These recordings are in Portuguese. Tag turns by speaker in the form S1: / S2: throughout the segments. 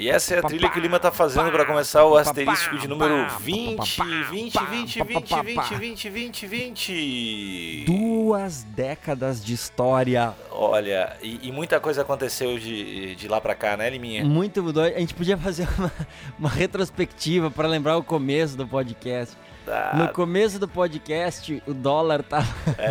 S1: E essa é a trilha que o Lima tá fazendo para começar o asterístico de número 20.
S2: 2 décadas de história.
S1: Olha, e muita coisa aconteceu de lá pra cá, né, Liminha?
S2: Muito mudou. A gente podia fazer uma retrospectiva para lembrar o começo do podcast. No começo do podcast, o dólar tava...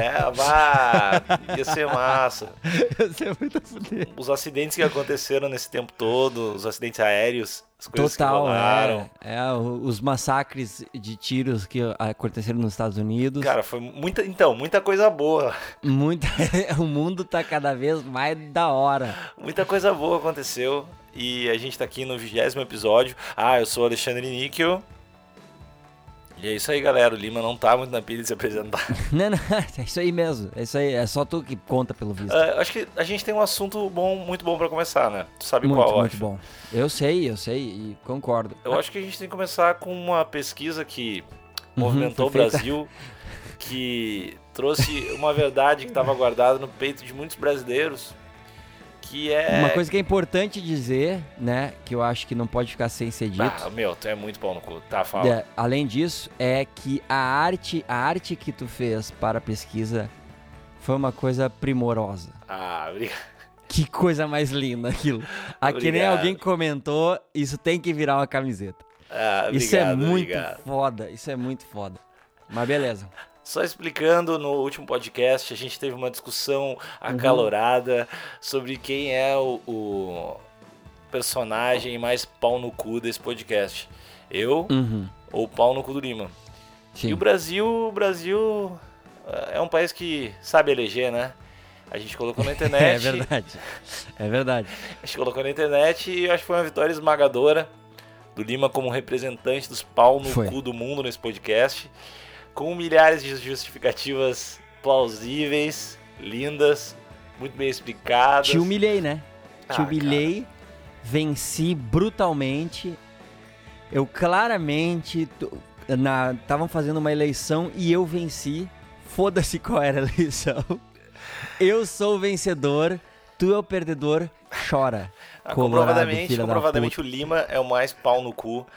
S1: Ia ser massa.
S2: Ia ser muito fudido.
S1: Os acidentes que aconteceram nesse tempo todo, os acidentes aéreos, as coisas
S2: Total,
S1: que rolaram.
S2: Os massacres de tiros que aconteceram nos Estados Unidos.
S1: Cara, foi muita coisa boa.
S2: O mundo tá cada vez mais da hora.
S1: Muita coisa boa aconteceu e a gente tá aqui no 20º episódio. Eu sou o Alexandre Níquel. E é isso aí, galera. O Lima não tá muito na pilha de se apresentar.
S2: Não, é isso aí mesmo. É isso aí. É só tu que conta, pelo visto.
S1: Acho que a gente tem um assunto muito bom pra começar, né? Tu sabe
S2: muito,
S1: qual,
S2: muito
S1: acho.
S2: Bom. Eu sei e concordo.
S1: Eu acho que a gente tem que começar com uma pesquisa que movimentou o Brasil, que trouxe uma verdade que estava guardada no peito de muitos brasileiros, que é...
S2: Uma coisa que é importante dizer, né, que eu acho que não pode ficar sem ser dito.
S1: Tu é muito pau no cu. Tá, fala.
S2: Além disso, é que a arte que tu fez para a pesquisa foi uma coisa primorosa.
S1: Obrigado.
S2: Que coisa mais linda aquilo. Que nem alguém comentou, isso tem que virar uma camiseta. Isso é muito foda, isso é muito foda. Mas beleza.
S1: Só explicando, no último podcast a gente teve uma discussão acalorada sobre quem é o personagem mais pau no cu desse podcast. Eu ou o pau no cu do Lima.
S2: Sim.
S1: E o Brasil é um país que sabe eleger, né? A gente colocou na internet.
S2: É verdade.
S1: A gente colocou na internet e acho que foi uma vitória esmagadora do Lima como representante dos pau no cu do mundo nesse podcast. Com milhares de justificativas plausíveis, lindas, muito bem explicadas.
S2: Te humilhei, né? Te humilhei, venci brutalmente. Eu claramente... Estavam fazendo uma eleição e eu venci. Foda-se qual era a eleição. Eu sou o vencedor, tu é o perdedor, chora.
S1: Comprovadamente o Lima é o mais pau no cu,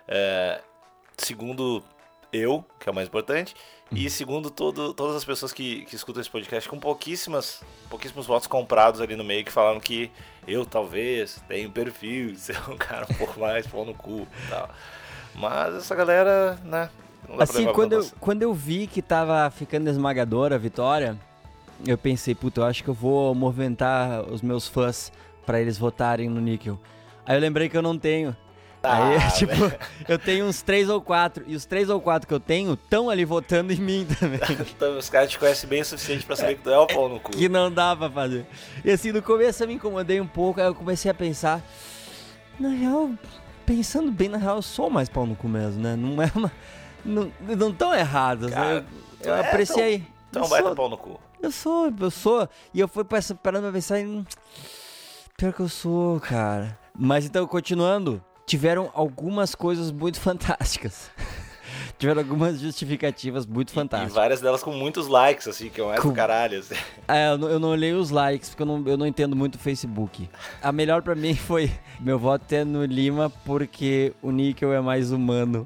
S1: segundo... eu, que é o mais importante, e segundo todas as pessoas que escutam esse podcast, com pouquíssimos votos comprados ali no meio, que falaram que eu talvez tenho perfil de ser um cara um pouco mais pau no cu e tal. Mas essa galera, né, não dá pra levar
S2: quando eu vi que tava ficando esmagadora a vitória, eu pensei, eu acho que eu vou movimentar os meus fãs pra eles votarem no Níquel. Aí eu lembrei que eu não tenho. Aí, eu tenho uns 3 ou 4, e os 3 ou 4 que eu tenho estão ali votando em mim também.
S1: Então os caras te conhecem bem o suficiente pra saber que tu é o pau no cu.
S2: Que não dá pra fazer. E assim, no começo eu me incomodei um pouco, aí eu comecei a pensar, na real, pensando bem, na real eu sou mais pau no cu mesmo, né? Não é uma... Não tão erradas, né? Eu apreciei.
S1: Então vai dar pau no cu.
S2: Eu sou. E eu fui parando pra pensar em... Pior que eu sou, cara. Mas então, continuando... Tiveram algumas coisas muito fantásticas. Tiveram algumas justificativas muito fantásticas.
S1: E várias delas com muitos likes, assim, que é mais do caralho. Assim.
S2: Eu não olhei os likes, porque eu não entendo muito o Facebook. A melhor pra mim foi meu voto é no Lima, porque o Níquel é mais humano.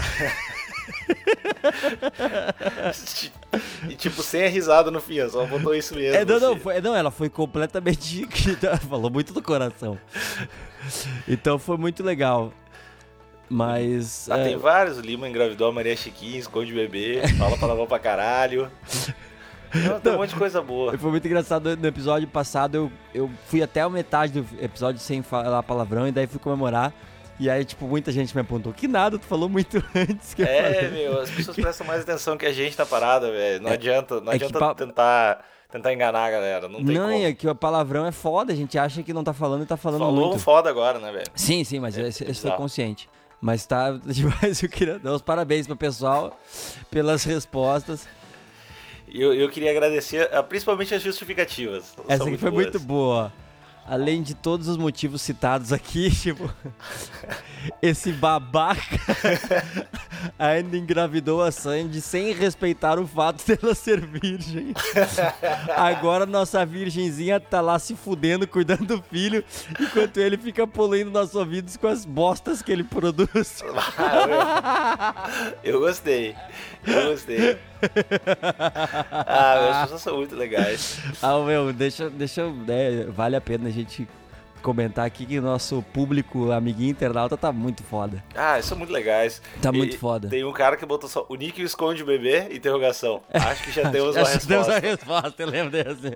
S1: E tipo, sem a risada no fim, só botou isso mesmo.
S2: Ela foi completamente... Falou muito do coração. Então foi muito legal. Mas...
S1: Tem vários. O Lima engravidou a Maria Chiquinha, esconde o bebê, fala palavrão pra caralho. Tem um monte de coisa boa.
S2: Foi muito engraçado. No episódio passado, eu fui até a metade do episódio sem falar palavrão, e daí fui comemorar. E aí, muita gente me apontou, que nada, tu falou muito antes que eu falei.
S1: As pessoas prestam mais atenção que a gente na parada, velho. Não adianta tentar enganar a galera, não tem como.
S2: É que o palavrão é foda, a gente acha que não tá falando e tá falando muito.
S1: Falou foda agora, né, velho?
S2: Sim, mas esse foi consciente. Mas tá demais, eu queria dar os parabéns pro pessoal pelas respostas.
S1: Eu queria agradecer, principalmente as justificativas.
S2: Essa aqui foi muito boa. Além de todos os motivos citados aqui, esse babaca ainda engravidou a Sandy sem respeitar o fato dela ser virgem. Agora nossa virgenzinha tá lá se fudendo, cuidando do filho, enquanto ele fica poluindo nossos ouvidos com as bostas que ele produz.
S1: Eu gostei. As pessoas são muito legais.
S2: Deixa vale a pena a gente comentar aqui que o nosso público, amiguinho internauta, tá muito foda.
S1: Eles são muito legais.
S2: Tá muito foda.
S1: Tem um cara que botou só o Nick esconde o bebê, interrogação. Acho que já temos uma resposta.
S2: Temos uma resposta, eu lembro desse.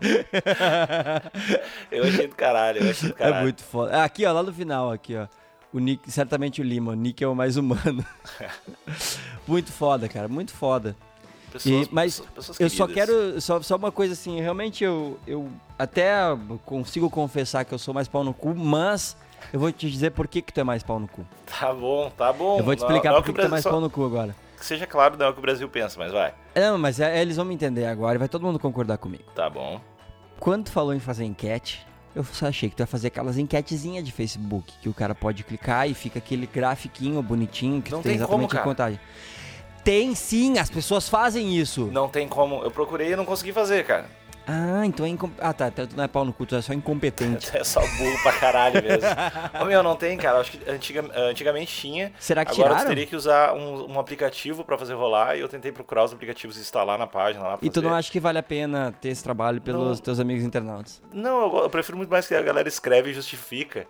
S1: Eu achei do caralho.
S2: É muito foda. Aqui, ó, lá no final, aqui, ó. O Nick, certamente o Lima. O Nick é o mais humano. Muito foda, cara. Muito foda. Mas eu só quero... Só uma coisa assim. Realmente eu até consigo confessar que eu sou mais pau no cu, mas eu vou te dizer por que tu é mais pau no cu.
S1: Tá bom.
S2: Eu vou te explicar por que tu é mais pau no cu agora.
S1: Que seja claro, não é o que o Brasil pensa, mas vai.
S2: Não, mas eles vão me entender agora e vai todo mundo concordar comigo.
S1: Tá bom.
S2: Quando tu falou em fazer enquete, eu só achei que tu ia fazer aquelas enquetezinhas de Facebook, que o cara pode clicar e fica aquele grafiquinho bonitinho que
S1: não
S2: tu tem exatamente a contagem. Tem sim, as pessoas fazem isso.
S1: Não tem como. Eu procurei e não consegui fazer, cara.
S2: Então é tá. Tu não é pau no cu, tu é só incompetente.
S1: É só burro pra caralho mesmo. Não tem, cara. Acho que antigamente tinha.
S2: Será que
S1: agora
S2: tiraram?
S1: Tu teria que usar um aplicativo pra fazer rolar e eu tentei procurar os aplicativos e instalar na página lá pra
S2: E tu não acha que vale a pena ter esse trabalho pelos teus amigos internautas?
S1: Não, eu prefiro muito mais que a galera escreve e justifica.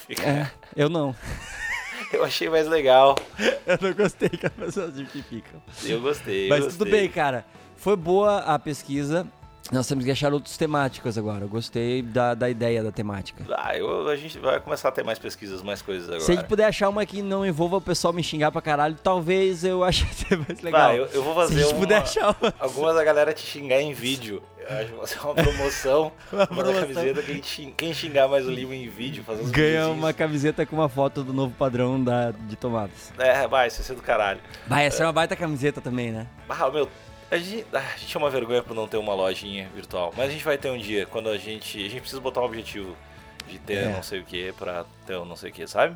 S2: Eu não.
S1: Eu achei mais legal.
S2: Eu não gostei que as pessoas justificam.
S1: Eu gostei.
S2: Mas tudo bem, cara. Foi boa a pesquisa. Nós temos que achar outros temáticos agora. Eu gostei da ideia da temática.
S1: A gente vai começar a ter mais pesquisas, mais coisas agora.
S2: Se a gente puder achar uma que não envolva o pessoal me xingar pra caralho, talvez eu ache mais legal.
S1: Eu vou fazer
S2: Se a gente puder achar uma...
S1: algumas da galera te xingar em vídeo. Eu acho que vai ser uma promoção. uma camiseta, quem xingar mais o Lima em vídeo, fazer uns
S2: ganha uma camiseta com uma foto do novo padrão de tomadas.
S1: Vai, isso vai ser do caralho.
S2: Essa é uma baita camiseta também, né?
S1: A gente é uma vergonha por não ter uma lojinha virtual, mas a gente vai ter um dia, quando a gente precisa botar um objetivo de ter não sei o que pra ter um não sei o que, sabe?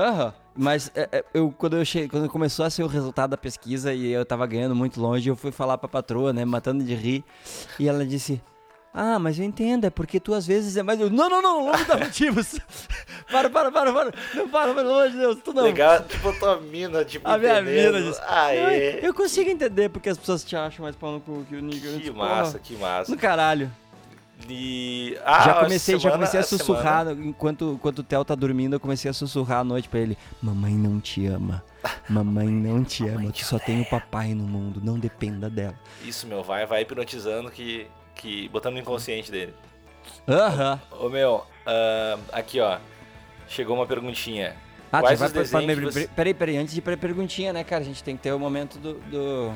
S2: Mas quando começou a ser o resultado da pesquisa e eu tava ganhando muito longe, eu fui falar pra patroa, né, matando de rir, e ela disse... mas eu entendo, é porque tu às vezes é mais... Não me dá motivos. Para. Não, pelo amor de Deus, tu não.
S1: Legal, tipo a tua mina, tipo,
S2: a minha mina
S1: disse.
S2: Eu consigo entender porque as pessoas te acham mais pau no cu que o Nico.
S1: Que massa.
S2: No caralho.
S1: E...
S2: já comecei a sussurrar, enquanto o Theo tá dormindo, eu comecei a sussurrar à noite pra ele. Mamãe não te ama. Mamãe não te ama. Tu só tem o papai no mundo, não dependa dela.
S1: Isso, vai hipnotizando que botando no inconsciente dele. Aqui, ó. Chegou uma perguntinha. Quais os desenhos
S2: Peraí, antes de ir pra perguntinha, né, cara? A gente tem que ter o momento do...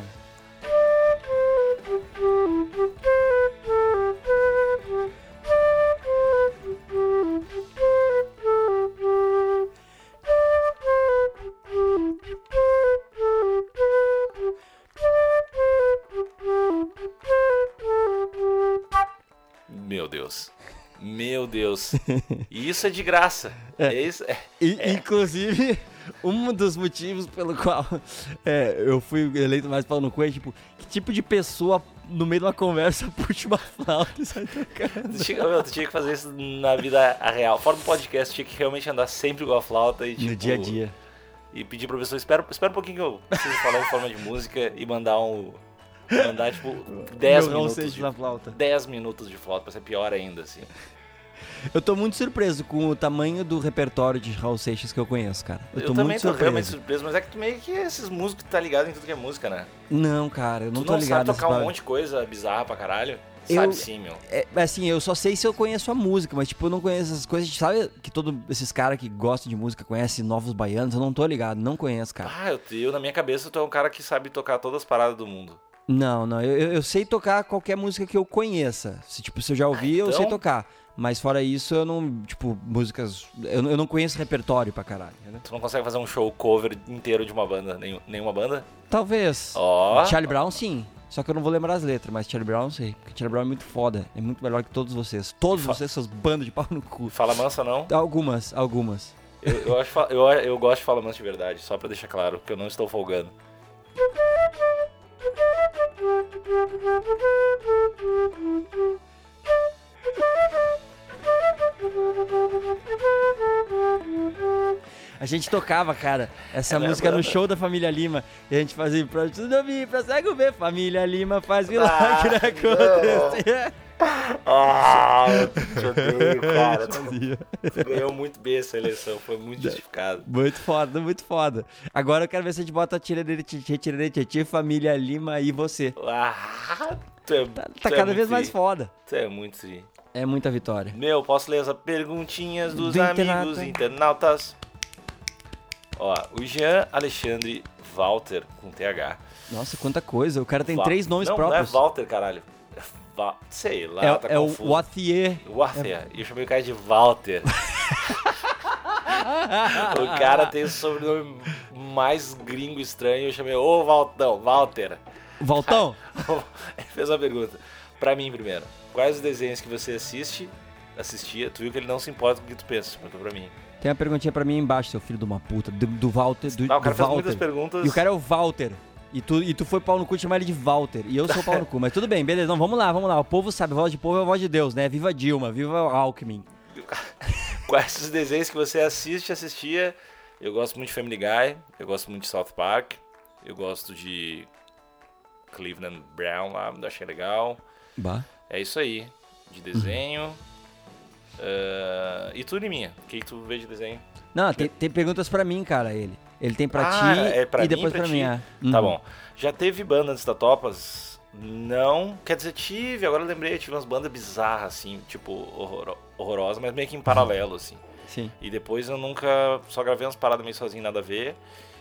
S1: Meu Deus. E isso é de graça.
S2: Inclusive, um dos motivos pelo qual eu fui eleito mais pau no cu é, tipo, que tipo de pessoa no meio de uma conversa puxa uma flauta e sai tocando.
S1: Tu tinha que fazer isso na vida real. Fora do podcast, tinha que realmente andar sempre com a flauta e, tipo,
S2: no dia a dia.
S1: E pedir pro professor, espera um pouquinho que eu preciso falar em forma de música e mandar tipo 10 minutos
S2: na flauta.
S1: 10 minutos de flauta, pra ser pior ainda, assim.
S2: Eu tô muito surpreso com o tamanho do repertório de Raul Seixas que eu conheço, cara. Eu também tô
S1: realmente surpreso, mas é que tu meio que esses músicos tá ligado em tudo que é música, né?
S2: Não, cara, eu não tô ligado.
S1: Tu não sabe tocar um monte de coisa bizarra pra caralho? Sabe sim, meu.
S2: Assim, eu só sei se eu conheço a música, mas tipo, eu não conheço essas coisas. Sabe que todos esses caras que gostam de música conhecem Novos Baianos? Eu não tô ligado, não conheço, cara.
S1: Eu na minha cabeça, tu é um cara que sabe tocar todas as paradas do mundo.
S2: Não, eu sei tocar qualquer música que eu conheça. Se eu já ouvi, eu sei tocar. Mas fora isso, eu não, tipo, músicas... Eu não conheço repertório pra caralho, né?
S1: Tu não consegue fazer um show cover inteiro de uma banda, nenhuma banda?
S2: Talvez. Charlie Brown, sim. Só que eu não vou lembrar as letras, mas Charlie Brown, sei. Porque Charlie Brown é muito foda. É muito melhor que todos vocês. Todos vocês, seus bandos de pau no cu.
S1: Fala Mansa, não?
S2: Algumas.
S1: Eu gosto de Fala Mansa de verdade, só pra deixar claro, que eu não estou folgando.
S2: A gente tocava, cara, essa música no show da Família Lima. E a gente fazia pra tudo ouvir, pra cego ver. Família Lima faz milagre acontecer.
S1: Te odeio, cara. Tu ganhou muito bem essa eleição, foi muito justificado.
S2: Muito foda, muito foda. Agora eu quero ver se a gente bota Tirarete, Família Lima e você. Tá cada vez mais foda.
S1: Tu é muito tri.
S2: É muita vitória.
S1: Meu, posso ler as perguntinhas dos amigos internautas? Ó, o Jean Alexandre Walter, com TH.
S2: Nossa, quanta coisa. O cara tem 3 nomes próprios.
S1: Não é Walter, caralho. Sei lá, tá confuso.
S2: O Wathier.
S1: E eu chamei o cara de Walter. O cara tem o sobrenome mais gringo estranho. Eu chamei, Walter.
S2: Valtão?
S1: Ele fez uma pergunta. Pra mim, primeiro. Quais os desenhos que você assistia? Tu viu que ele não se importa com o que tu pensa. Perguntou pra mim.
S2: Tem uma perguntinha pra mim embaixo, seu filho de uma puta. Do Walter.
S1: O cara fez muitas perguntas.
S2: E o cara é o Walter. E tu foi pau no cu de chamar ele de Walter. E eu sou pau no cu. Mas tudo bem, beleza. Não, vamos lá. O povo sabe. A voz de povo é a voz de Deus, né? Viva Dilma, viva Alckmin.
S1: Quais os desenhos que você assistia? Eu gosto muito de Family Guy. Eu gosto muito de South Park. Eu gosto de Cleveland Brown lá. Achei legal.
S2: Bah.
S1: É isso aí. De desenho. E tu, Liminha? O que tu vê de desenho?
S2: Não, tem perguntas pra mim, cara, Ele tem pra ti e depois pra mim.
S1: Tá bom. Já teve banda antes da Topas? Não. Quer dizer, tive. Agora eu lembrei, eu tive umas bandas bizarras, assim, tipo, horrorosas, mas meio que em paralelo, assim.
S2: Sim.
S1: E depois eu nunca... Só gravei umas paradas meio sozinho, nada a ver.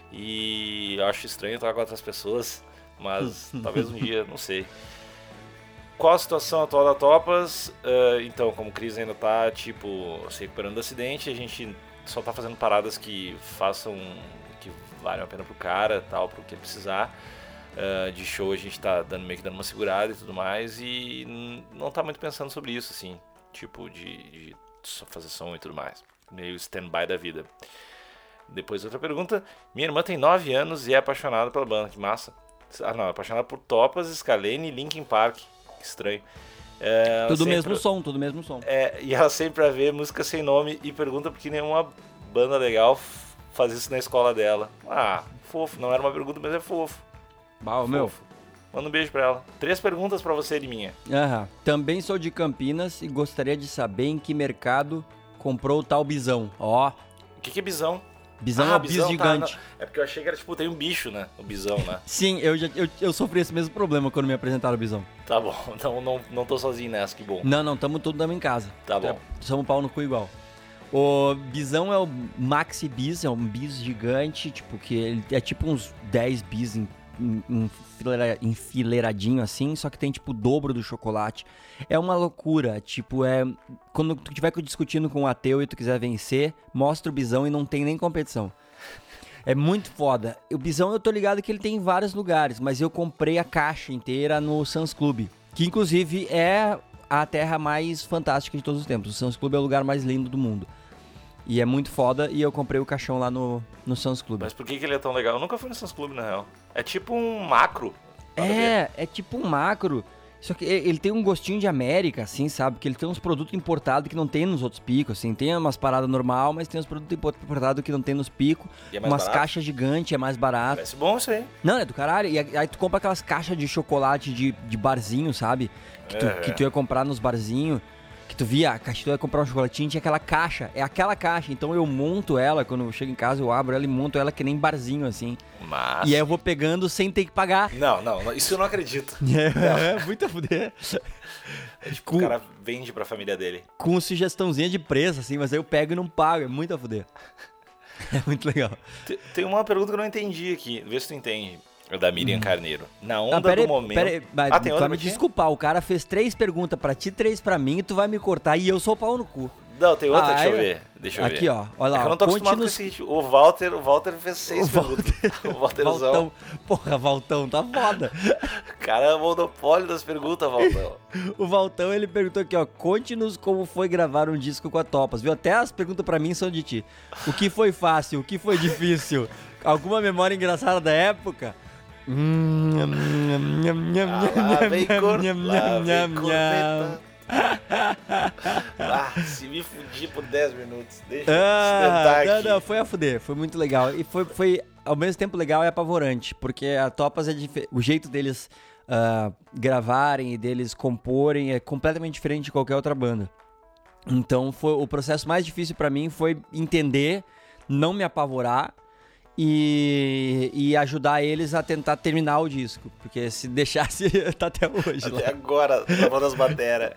S1: E eu acho estranho tocar com outras pessoas, mas talvez um dia, não sei. Qual a situação atual da Topas? Então, como o Cris ainda tá, tipo, se recuperando do acidente, a gente só tá fazendo paradas que que valham a pena pro cara, tal, pro que ele precisar. De show a gente tá meio que dando uma segurada e tudo mais, e não tá muito pensando sobre isso, assim, tipo, de só fazer som e tudo mais. Meio stand-by da vida. Depois outra pergunta. Minha irmã tem 9 anos e é apaixonada pela banda, que massa. Ah não, é apaixonada por Topas, Scalene e Linkin Park. Que estranho.
S2: Tudo mesmo som.
S1: E ela sempre vai ver música sem nome e pergunta por que nenhuma banda legal faz isso na escola dela. Ah, fofo. Não era uma pergunta, mas é fofo.
S2: Meu.
S1: Manda um beijo pra ela. 3 perguntas pra você, Liminha.
S2: Também sou de Campinas e gostaria de saber em que mercado comprou o tal bisão. Ó.
S1: O que é bisão?
S2: Bisão é um bis gigante.
S1: Tá, é porque eu achei que era tipo, tem um bicho, né? O bisão, né?
S2: Sim, eu sofri esse mesmo problema quando me apresentaram o bisão.
S1: Tá bom, então não tô sozinho nessa, que bom.
S2: Não, tamo em casa.
S1: Tá bom.
S2: Somos pau no cu igual. O bisão é o maxi bis, é um bis gigante, tipo, que ele é tipo uns 10 bis enfileiradinho assim, só que tem tipo o dobro do chocolate. É uma loucura, tipo, quando tu estiver discutindo com um ateu e tu quiser vencer, mostra o bisão e não tem nem competição. É muito foda. O bisão eu tô ligado que ele tem em vários lugares, mas eu comprei a caixa inteira no Sam's Club, que inclusive é a terra mais fantástica de todos os tempos. O Sam's Club é o lugar mais lindo do mundo. E é muito foda, e eu comprei o caixão lá no Sam's Club.
S1: Mas por que ele é tão legal? Eu nunca fui no Sam's Club, na real. É tipo um macro.
S2: É tipo um macro. Só que ele tem um gostinho de América, assim, sabe? Porque ele tem uns produtos importados que não tem nos outros picos, assim. Tem umas paradas normal, mas tem uns produtos importados que não tem nos picos.
S1: E é mais
S2: umas
S1: barato?
S2: Caixas gigantes, é mais barato.
S1: Parece bom isso aí.
S2: Não, é do caralho. E aí tu compra aquelas caixas de chocolate de barzinho, sabe? Que tu ia comprar nos barzinhos. Que tu via, a caixa, tu ia comprar um chocolatinho, tinha aquela caixa. É aquela caixa. Então eu monto ela, quando eu chego em casa, eu abro ela e monto ela que nem barzinho, assim.
S1: Mas...
S2: E aí eu vou pegando sem ter que pagar.
S1: Não, isso eu não acredito.
S2: Muito a fuder.
S1: É tipo, o cara vende pra família dele.
S2: Com sugestãozinha de preço, assim, mas aí eu pego e não pago. É muito a fuder. É muito legal.
S1: Tem uma pergunta que eu não entendi aqui. Vê se tu entende. É da Miriam Carneiro. Na onda do momento...
S2: Peraí,
S1: tem outra
S2: vai me desculpar. O cara fez 3 perguntas pra ti, 3 pra mim, e tu vai me cortar e eu sou o pau no cu.
S1: Não, tem outra, deixa eu ver.
S2: Aqui, ó. Olha lá.
S1: Eu não tô acostumado com esse... O Walter fez 6 perguntas. O Walterzão.
S2: Valtão. Porra, Valtão, tá foda.
S1: O cara é o monopólio das perguntas, Valtão.
S2: O Valtão, ele perguntou aqui, ó. Conte-nos como foi gravar um disco com a Topas, viu? Até as perguntas pra mim são de ti. O que foi fácil? O que foi difícil? Alguma memória engraçada da época?
S1: Lá vem corneta. Se me fudir por 10 minutos. Deixa eu experimentar aqui.
S2: Não, foi a fuder. Foi muito legal. E foi ao mesmo tempo legal e apavorante. Porque a Topaz o jeito deles gravarem e deles comporem é completamente diferente de qualquer outra banda. Então o processo mais difícil pra mim foi entender, não me apavorar e ajudar eles a tentar terminar o disco. Porque se deixasse, tá até hoje.
S1: Até
S2: lá.
S1: agora, gravando as matérias.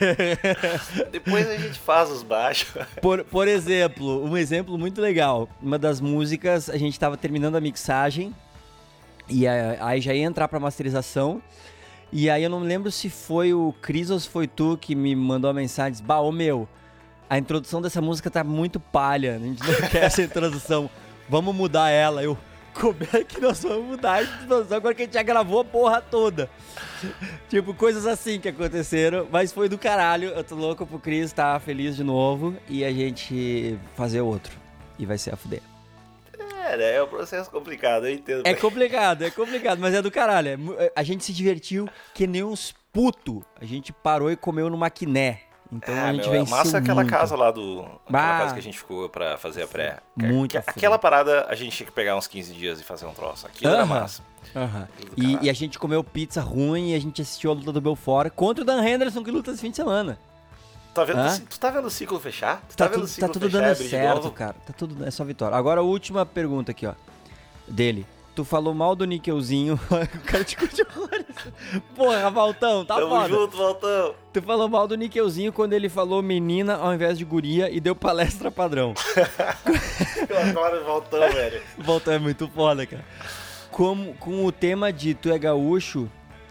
S1: Depois a gente faz os baixos.
S2: Por exemplo, um exemplo muito legal. Uma das músicas, a gente tava terminando a mixagem e aí já ia entrar pra masterização. E aí eu não me lembro se foi o Cris ou se foi tu que me mandou a mensagem. Disse, ô meu, a introdução dessa música tá muito palha. A gente não quer essa introdução. Vamos mudar ela. Como é que nós vamos mudar a introdução agora que a gente já gravou a porra toda? Tipo, coisas assim que aconteceram. Mas foi do caralho. Eu tô louco pro Cris estar feliz de novo e a gente fazer outro. E vai ser a fuder.
S1: É um processo complicado, eu entendo.
S2: É complicado, mas é do caralho. A gente se divertiu que nem uns puto. A gente parou e comeu no maquiné. Então a gente venceu
S1: massa aquela
S2: muito.
S1: casa lá aquela casa que a gente ficou pra fazer a pré.
S2: Muito
S1: aquela parada a gente tinha que pegar uns 15 dias e fazer um troço. Aquilo era massa.
S2: E a gente comeu pizza ruim e a gente assistiu a luta do Belfort contra o Dan Henderson que luta esse fim de semana.
S1: Tu tá vendo o ciclo fechar?
S2: Tá tudo dando certo, cara. Tá tudo, é só vitória. Agora a última pergunta aqui, ó. Dele. Tu falou mal do Nickelzinho. O cara te curte horrores. Porra, Valtão, tá
S1: Tamo
S2: foda.
S1: junto, Valtão.
S2: Tu falou mal do Nickelzinho quando ele falou menina ao invés de guria e deu palestra padrão.
S1: Eu adoro o Valtão, velho.
S2: O Valtão é muito foda, cara. Com o tema de tu é gaúcho,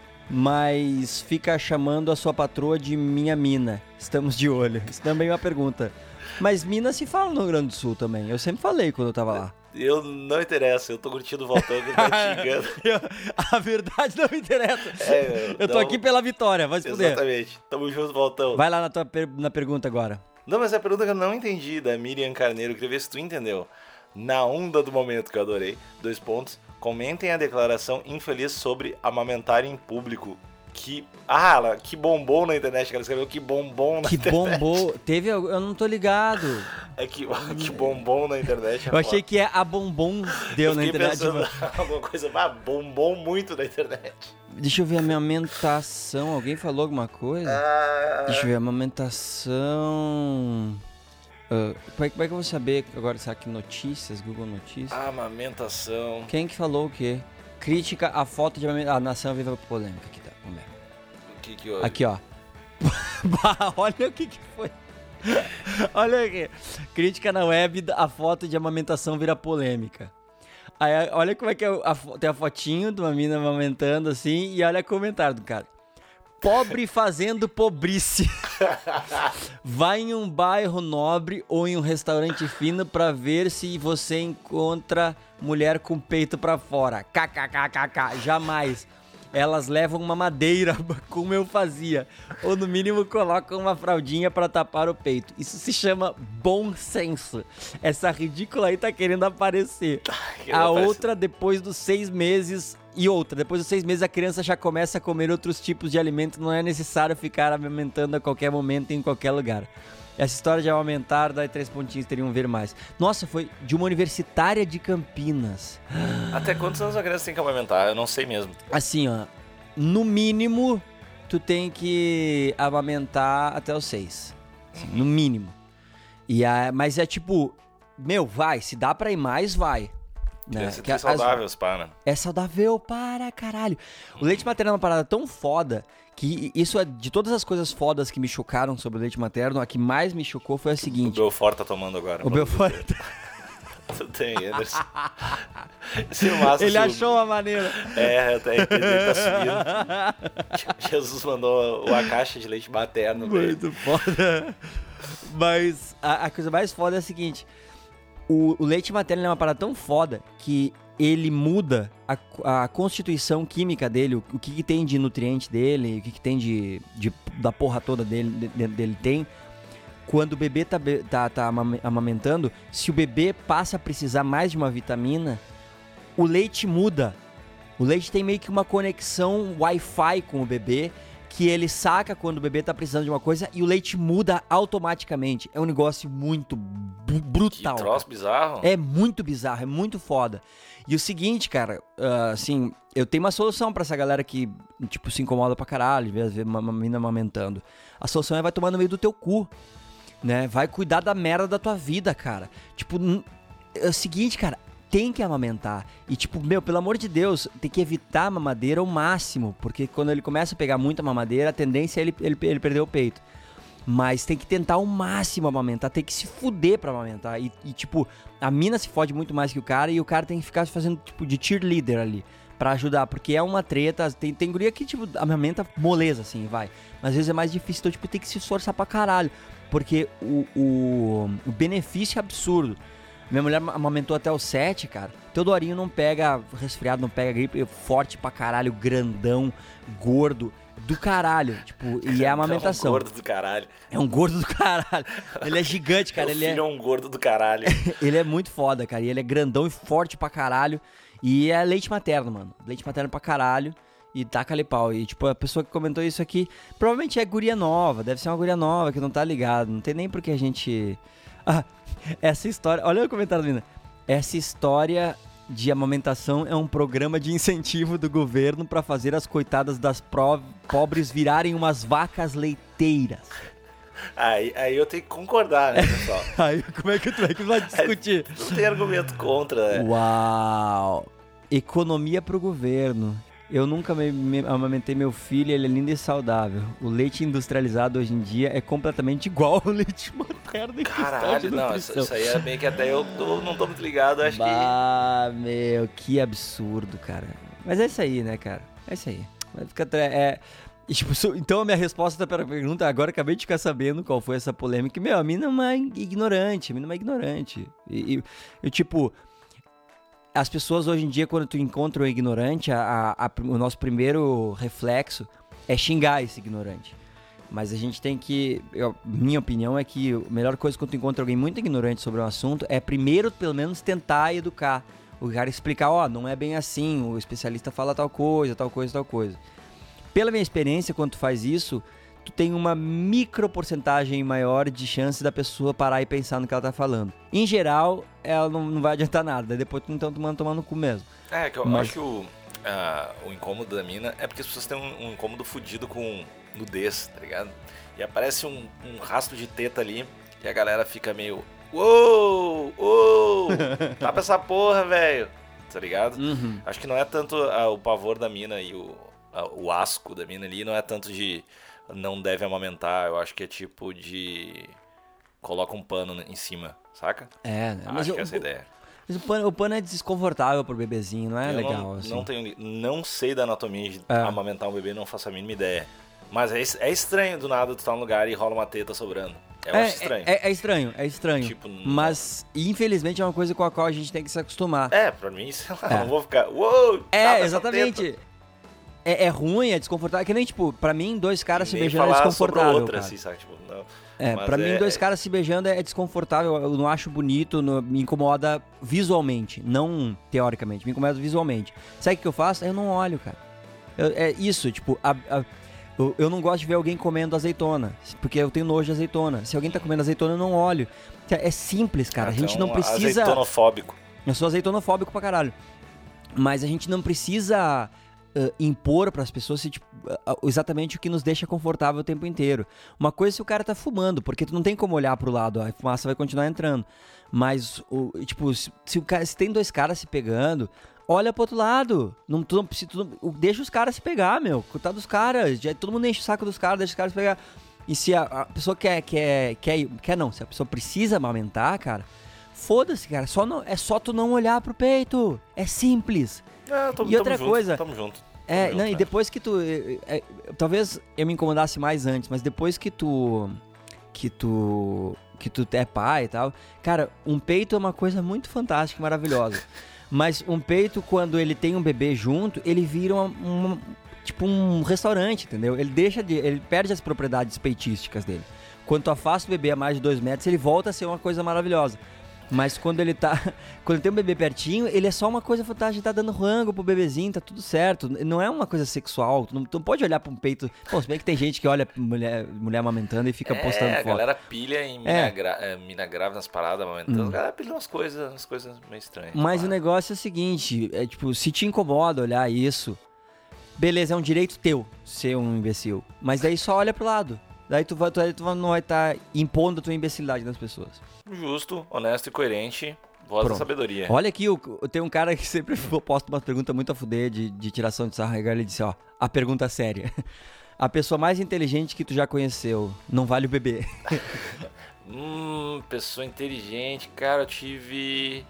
S2: mas fica chamando a sua patroa de minha mina. Estamos de olho. Isso também é uma pergunta. Mas mina se fala no Rio Grande do Sul também. Eu sempre falei quando eu tava lá.
S1: Eu não interessa, eu tô curtindo o Valtão que ele tá te xingando.
S2: A verdade não me interessa. Eu tô aqui pela vitória, vai se fuder.
S1: Exatamente. Tamo junto, Valtão.
S2: Vai lá na pergunta agora.
S1: Não, mas é a pergunta que eu não entendi da Miriam Carneiro, eu queria ver se tu entendeu. Na onda do momento que eu adorei, 2 pontos. Comentem a declaração infeliz sobre amamentar em público. Que bombou na internet, ela escreveu que bombom na internet. Que bombou?
S2: Teve, eu não tô ligado.
S1: É que bombom na internet.
S2: Eu achei que a bombom deu na internet.
S1: Pensando alguma coisa, bombom muito na internet.
S2: Deixa eu ver a amamentação, alguém falou alguma coisa? Deixa eu ver, amamentação... como é que eu vou saber agora, será que notícias, Google Notícias?
S1: Amamentação.
S2: Quem que falou o quê? Crítica à foto de amamentação. A nação viva polêmica. Aqui tá, vamos ver.
S1: O que houve?
S2: Aqui, ó. Olha o que foi. Olha aqui. Crítica na web, a foto de amamentação vira polêmica. Aí, olha como é que tem a fotinho de uma mina amamentando assim e olha o comentário do cara. Pobre fazendo pobrice. Vai em um bairro nobre ou em um restaurante fino pra ver se você encontra mulher com peito pra fora. KKKKK. Jamais. Elas levam uma madeira, como eu fazia. Ou no mínimo colocam uma fraldinha pra tapar o peito. Isso se chama bom senso. Essa ridícula aí tá querendo aparecer. Outra, depois dos 6 meses... depois dos 6 meses a criança já começa a comer outros tipos de alimento. Não é necessário ficar amamentando a qualquer momento em qualquer lugar. Essa história de amamentar, dá 3 pontinhos, teriam ver mais. Nossa, foi de uma universitária de Campinas.
S1: Até quantos anos a criança tem que amamentar? Eu não sei mesmo.
S2: Assim, ó, no mínimo, tu tem que amamentar até os 6. Assim, no mínimo. Mas é tipo, se dá pra ir mais, vai. Né?
S1: Que é saudável, para.
S2: É saudável para caralho. O leite materno é uma parada tão foda que isso é de todas as coisas fodas que me chocaram sobre o leite materno, a que mais me chocou foi a seguinte.
S1: O Belfort tá tomando agora.
S2: O Belfort...
S1: Tu tem, Anderson.
S2: Ele achou uma maneira.
S1: Eu até entendi, ele tá subindo. Jesus mandou uma caixa de leite materno.
S2: Muito foda. Mas a coisa mais foda é a seguinte. O leite materno é uma parada tão foda que ele muda a constituição química dele, o que tem de nutriente dele, o que tem da porra toda dele tem. Quando o bebê tá amamentando, se o bebê passa a precisar mais de uma vitamina, o leite muda O leite tem meio que uma conexão Wi-Fi com o bebê, que ele saca quando o bebê tá precisando de uma coisa e o leite muda automaticamente. É um negócio muito brutal.
S1: Que troço bizarro.
S2: É muito bizarro, é muito foda. E o seguinte, cara, assim, eu tenho uma solução pra essa galera que, tipo, se incomoda pra caralho, ver uma menina amamentando. A solução é vai tomar no meio do teu cu, né? Vai cuidar da merda da tua vida, cara. Tipo, é o seguinte, cara, tem que amamentar. E tipo, pelo amor de Deus, tem que evitar a mamadeira ao máximo, porque quando ele começa a pegar muita mamadeira, a tendência é ele perder o peito. Mas tem que tentar ao máximo amamentar, tem que se fuder pra amamentar. E tipo, a mina se fode muito mais que o cara, e o cara tem que ficar fazendo tipo de cheerleader ali, pra ajudar, porque é uma treta. Tem guria que tipo, amamenta moleza assim, vai. Mas às vezes é mais difícil, então tipo, tem que se esforçar pra caralho, porque o benefício é absurdo. Minha mulher amamentou até os 7, cara. Teodorinho não pega resfriado, não pega gripe, forte pra caralho, grandão, gordo, do caralho. Tipo, e é a amamentação.
S1: É um gordo do caralho.
S2: É um gordo do caralho. Ele é gigante, cara.
S1: Meu filho é um gordo do caralho.
S2: Ele é muito foda, cara. E ele é grandão e forte pra caralho. E é leite materno, mano. Leite materno pra caralho. E taca-lhe pau. E, tipo, a pessoa que comentou isso aqui, provavelmente é guria nova. Deve ser uma guria nova que não tá ligado. Não tem nem por que a gente... Ah, essa história... Olha o comentário da menina. Essa história de amamentação é um programa de incentivo do governo pra fazer as coitadas das pobres virarem umas vacas leiteiras.
S1: Aí eu tenho que concordar, né, pessoal?
S2: Aí como é que tu vai discutir?
S1: Não tem argumento contra, né?
S2: Uau! Economia pro governo. Eu nunca me amamentei meu filho, ele é lindo e saudável. O leite industrializado hoje em dia é completamente igual ao leite materno em
S1: Caralho, não, isso aí é bem que até eu não tô muito ligado, acho
S2: meu, que absurdo, cara. Mas é isso aí, né, cara? É isso aí. Vai ficar... tipo, então a minha resposta para a pergunta, agora acabei de ficar sabendo qual foi essa polêmica. Meu, a mina é uma ignorante, E eu, tipo... As pessoas hoje em dia, quando tu encontra um ignorante, o nosso primeiro reflexo é xingar esse ignorante. Mas a gente tem que... minha opinião é que a melhor coisa quando tu encontra alguém muito ignorante sobre um assunto é primeiro, pelo menos, tentar educar. O cara explicar, não é bem assim, o especialista fala tal coisa. Pela minha experiência, quando tu faz isso, tu tem uma micro porcentagem maior de chance da pessoa parar e pensar no que ela tá falando. Em geral, ela não vai adiantar nada, depois tu então tu manda tomar no cu mesmo.
S1: É, que eu acho que o incômodo da mina é porque as pessoas têm um incômodo fudido com nudez, tá ligado? E aparece um rastro de teta ali e a galera fica meio... Uou! Tapa essa porra, velho! Tá ligado?
S2: Uhum.
S1: Acho que não é tanto o pavor da mina e o asco da mina ali, não é tanto de... não deve amamentar, eu acho que é tipo de... coloca um pano em cima, saca?
S2: É, né?
S1: Acho que é essa a ideia.
S2: Mas o pano é desconfortável pro bebezinho, não é legal, assim.
S1: Não sei da anatomia de amamentar um bebê, não faço a mínima ideia. Mas é estranho do nada tu tá num lugar e rola uma teta sobrando. Eu acho estranho.
S2: É estranho.
S1: Tipo,
S2: mas, infelizmente, é uma coisa com a qual a gente tem que se acostumar.
S1: Pra mim, sei lá, não vou ficar... Uou!
S2: Exatamente. É ruim, é desconfortável. É que nem, tipo, pra mim, dois caras se beijando é desconfortável.
S1: Outra, assim, sabe? Tipo, não.
S2: Pra mim, dois caras se beijando é desconfortável. Eu não acho bonito, me incomoda visualmente, não teoricamente. Me incomoda visualmente. Sabe o que eu faço? Eu não olho, cara. É isso, tipo, eu não gosto de ver alguém comendo azeitona, porque eu tenho nojo de azeitona. Se alguém tá comendo azeitona, eu não olho. É simples, cara. A gente não precisa...
S1: Azeitonofóbico.
S2: Eu sou azeitonofóbico pra caralho. Mas a gente não precisa... impor para as pessoas exatamente o que nos deixa confortável o tempo inteiro. Uma coisa é se o cara tá fumando, porque tu não tem como olhar pro lado, a fumaça vai continuar entrando. Mas, se tem dois caras se pegando, olha pro outro lado. Deixa os caras se pegar, meu. Coitado dos caras. Todo mundo enche o saco dos caras, deixa os caras se pegar. E se a pessoa se a pessoa precisa amamentar, foda-se, cara. É só tu não olhar pro peito. É simples. E outra coisa...
S1: Tamo junto.
S2: E depois que tu... talvez eu me incomodasse mais antes, mas depois que tu é pai e tal... Cara, um peito é uma coisa muito fantástica e maravilhosa. Mas um peito, quando ele tem um bebê junto, ele vira tipo um restaurante, entendeu? Ele perde as propriedades peitísticas dele. Quando tu afasta o bebê a mais de 2 metros, ele volta a ser uma coisa maravilhosa. Mas quando ele tem um bebê pertinho, ele é só uma coisa fantástica, tá dando rango pro bebezinho, tá tudo certo. Não é uma coisa sexual, tu não pode olhar pra um peito. Pô, se bem que tem gente que olha mulher amamentando e fica postando foto.
S1: A galera pilha em mina grávida nas paradas, amamentando. A galera pilha umas coisas meio estranhas.
S2: Mas o negócio é o seguinte, tipo, se te incomoda olhar isso, beleza, é um direito teu ser um imbecil. Mas daí só olha pro lado. Daí tu não vai estar impondo a tua imbecilidade nas pessoas.
S1: Justo, honesto e coerente. Voz da sabedoria.
S2: Olha aqui, tem um cara que sempre posta uma pergunta muito a fuder de tiração de sarro. Ele disse, ó, a pergunta séria. A pessoa mais inteligente que tu já conheceu, não vale o bebê.
S1: Pessoa inteligente, cara, eu tive...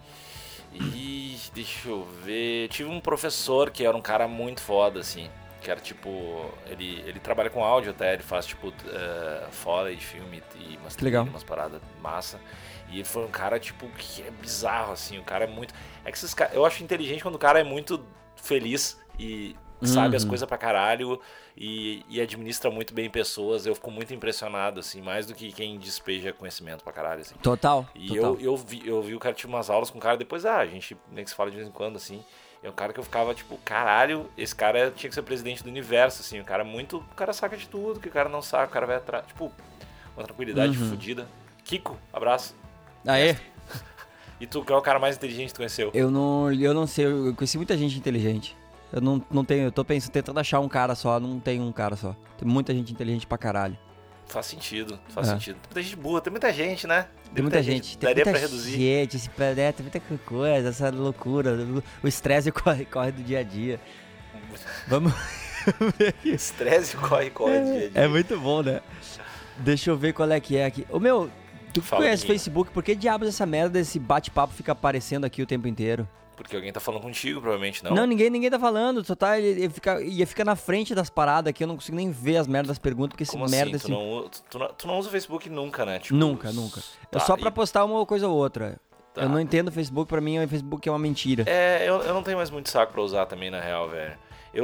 S1: deixa eu ver... Tive um professor que era um cara muito foda, assim. Que era tipo... Ele trabalha com áudio até, ele faz tipo foda de filme e umas paradas massa. E ele foi um cara tipo que é bizarro, assim, o cara é muito... eu acho inteligente quando o cara é muito feliz e sabe as coisas pra caralho e administra muito bem pessoas. Eu fico muito impressionado, assim, mais do que quem despeja conhecimento pra caralho, assim.
S2: Total.
S1: E eu vi o cara, tive umas aulas com o cara, depois a gente nem que se fala de vez em quando, assim. É um cara que eu ficava tipo, caralho, esse cara tinha que ser presidente do universo, assim. O cara saca de tudo, que o cara não saca, o cara vai atrás. Tipo, uma tranquilidade fodida. Kiko, abraço.
S2: Aê.
S1: E tu, qual é o cara mais inteligente que tu conheceu?
S2: Eu não sei, eu conheci muita gente inteligente. Eu não tenho, eu tô tentando achar um cara só, não tem um cara só. Tem muita gente inteligente pra caralho.
S1: Faz sentido. Tem muita gente boa, tem muita gente, né?
S2: Tem muita gente.
S1: Daria pra reduzir.
S2: Gente, esse planeta, muita coisa, essa loucura, o estresse corre do dia a dia. Vamos ver aqui.
S1: Estresse corre do dia a dia.
S2: É muito bom, né? Deixa eu ver qual é que é aqui. Ô meu, tu que conhece o Facebook, por que diabos essa merda desse bate-papo fica aparecendo aqui o tempo inteiro?
S1: Porque alguém tá falando contigo, provavelmente, não?
S2: Não, ninguém tá falando, só tá, ele fica na frente das paradas aqui, eu não consigo nem ver as merdas das perguntas, porque esse merda...
S1: Assim? Tu não usa o Facebook nunca, né? Tipo,
S2: nunca. É só pra postar uma coisa ou outra. Tá. Eu não entendo o Facebook, pra mim o Facebook é uma mentira.
S1: Eu não tenho mais muito saco pra usar também, na real, velho.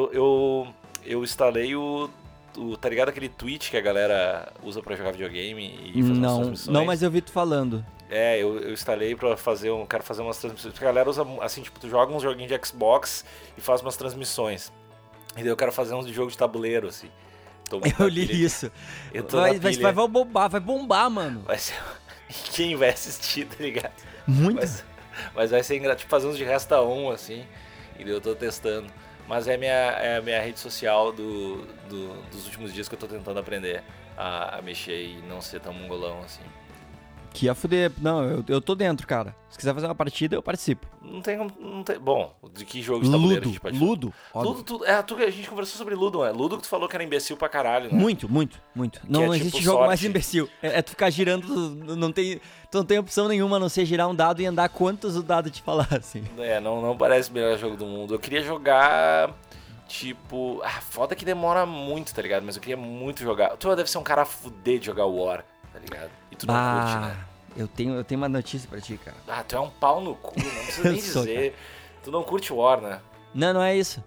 S1: Eu instalei tá ligado aquele Twitch que a galera usa pra jogar videogame e fazer umas transmissões? Não,
S2: mas eu vi tu falando.
S1: Eu instalei pra quero fazer umas transmissões, porque a galera usa, assim, tipo, tu joga uns joguinhos de Xbox e faz umas transmissões. E daí eu quero fazer uns de jogo de tabuleiro, assim.
S2: Eu li isso. Vai bombar, mano.
S1: Vai ser... Quem vai assistir, tá ligado?
S2: Muito.
S1: Mas vai ser engraçado, tipo, fazer uns de Resta 1, assim, e daí eu tô testando. Mas é a minha rede social dos últimos dias que eu tô tentando aprender a mexer e não ser tão mongolão, assim.
S2: Que ia fuder. Não, eu tô dentro, cara. Se quiser fazer uma partida, eu participo.
S1: Não tem. Bom, de que jogo de tabuleiro a gente pode falar?
S2: Ludo.
S1: A gente conversou sobre Ludo, né? Ludo que tu falou que era imbecil pra caralho, né?
S2: Muito. Não existe
S1: tipo
S2: jogo
S1: sorte.
S2: mais imbecil. É tu ficar girando, tu não tem opção nenhuma a não ser girar um dado e andar quantos o dado te falar, assim.
S1: Não parece o melhor jogo do mundo. Eu queria jogar... Tipo... foda que demora muito, tá ligado? Mas eu queria muito jogar. Tu deve ser um cara a fuder de jogar War, tá ligado? E tu não curte, né?
S2: Eu tenho uma notícia pra ti, cara.
S1: Tu é um pau no cu, não precisa nem dizer. Tu não curte War, né?
S2: Não é isso.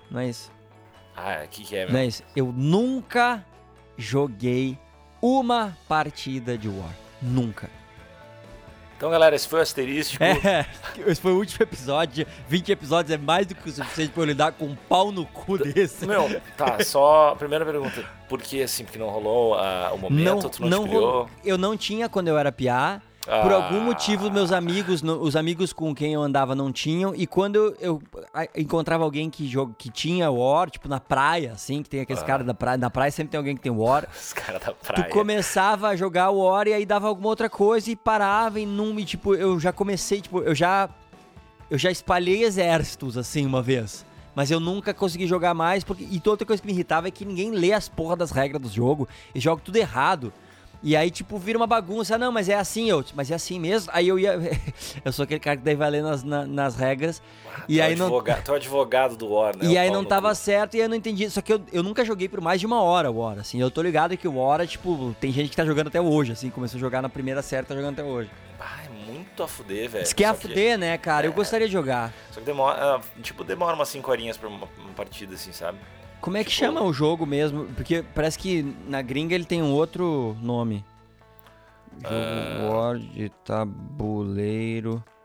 S1: O que é, meu?
S2: Não é isso. Eu nunca joguei uma partida de War. Nunca.
S1: Então, galera, esse foi o Asterístico.
S2: Esse foi o último episódio. 20 episódios é mais do que o suficiente pra eu lidar com um pau no cu desse.
S1: Meu, só... Primeira pergunta. Por que, assim? Porque não rolou o momento? Tu não te criou?
S2: Eu não tinha quando eu era piá. Por algum motivo, meus amigos, os amigos com quem eu andava não tinham. E quando eu encontrava alguém que tinha War, tipo na praia, assim, que tem aqueles caras da praia. Na praia sempre tem alguém que tem War.
S1: Os caras da praia.
S2: Tu começava a jogar War e aí dava alguma outra coisa e parava e tipo, eu já comecei, tipo, eu já espalhei exércitos, assim, uma vez. Mas eu nunca consegui jogar mais, e outra coisa que me irritava é que ninguém lê as porra das regras do jogo e joga tudo errado. E aí, tipo, vira uma bagunça. Não, mas é assim, mas é assim mesmo? Aí eu ia... eu sou aquele cara que daí vai ler nas regras. E aí
S1: Tu é advogado do War, né?
S2: E aí não tava certo e eu não entendi. Só que eu nunca joguei por mais de 1 hora o War, assim. Eu tô ligado que o War, tipo, tem gente que tá jogando até hoje, assim. Começou a jogar na primeira série, tá jogando até hoje.
S1: É muito a fuder, velho.
S2: Diz que é a fuder, né, cara? Eu gostaria de jogar.
S1: Só que demora umas 5 horinhas pra uma partida, assim, sabe?
S2: Como é que chama o jogo mesmo? Porque parece que na gringa ele tem um outro nome. Jogo War de tabuleiro.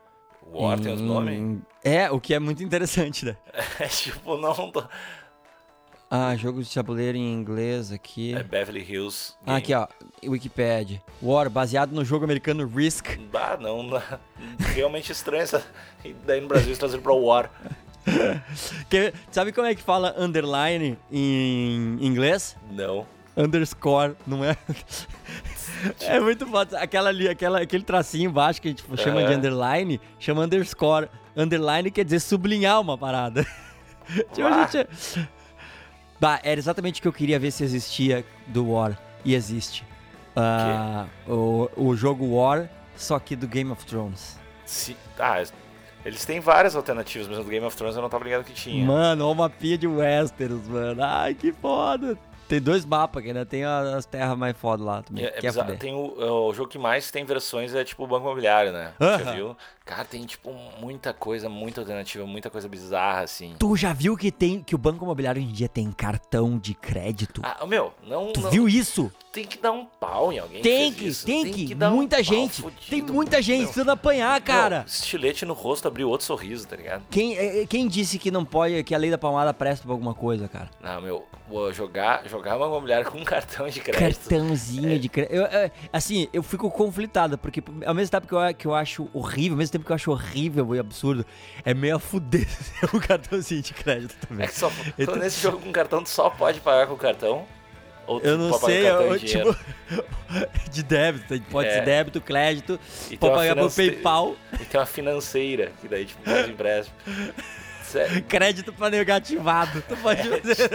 S1: War tem os nomes?
S2: É, o que é muito interessante, né?
S1: É tipo, não...
S2: Ah, jogo de tabuleiro em inglês aqui.
S1: É Beverly Hills
S2: Ah, aqui, ó. Wikipedia. War, baseado no jogo americano Risk.
S1: Não, realmente estranho essa... E daí no Brasil eles trazeram pra War.
S2: Sabe como é que fala underline em inglês?
S1: Não.
S2: Underscore, não é? É muito foda. Aquele tracinho embaixo que a gente chama de underline, chama underscore. Underline quer dizer sublinhar uma parada. Tipo, a gente... era exatamente o que eu queria ver se existia do War. E existe. O jogo War, só que do Game of Thrones.
S1: Eles têm várias alternativas, mas no Game of Thrones eu não tava ligado que tinha.
S2: Mano, ó, uma pia de Westeros, mano. Ai, que foda. Tem 2 mapas que ainda tem as terras mais foda lá também.
S1: Tem o jogo que mais tem versões é tipo o Banco Imobiliário, né? Já viu? Cara, tem tipo muita coisa, muita alternativa, muita coisa bizarra, assim.
S2: Tu já viu que o Banco Imobiliário hoje em dia tem cartão de crédito? Tu viu isso?
S1: Tem que dar um pau em alguém.
S2: Tem que dar muita gente. Tem muita gente precisando apanhar, cara.
S1: Estilete no rosto abriu outro sorriso, tá ligado?
S2: Quem disse que não pode, que a lei da palmada presta pra alguma coisa, cara?
S1: Não, jogar Banco Imobiliário com um cartão de crédito.
S2: Cartãozinho de crédito. Eu fico conflitado, porque ao mesmo tempo que eu acho horrível, ao mesmo tempo que eu acho horrível e absurdo, é meio a fuder o cartãozinho de crédito também.
S1: É que nesse jogo com cartão, tu só pode pagar com cartão? Ou
S2: eu não sei,
S1: tipo,
S2: de débito, pode ser débito, crédito,
S1: e
S2: pode pagar por PayPal.
S1: E tem uma financeira, que daí tipo faz empréstimo.
S2: Crédito pra negativado, tu pode fazer.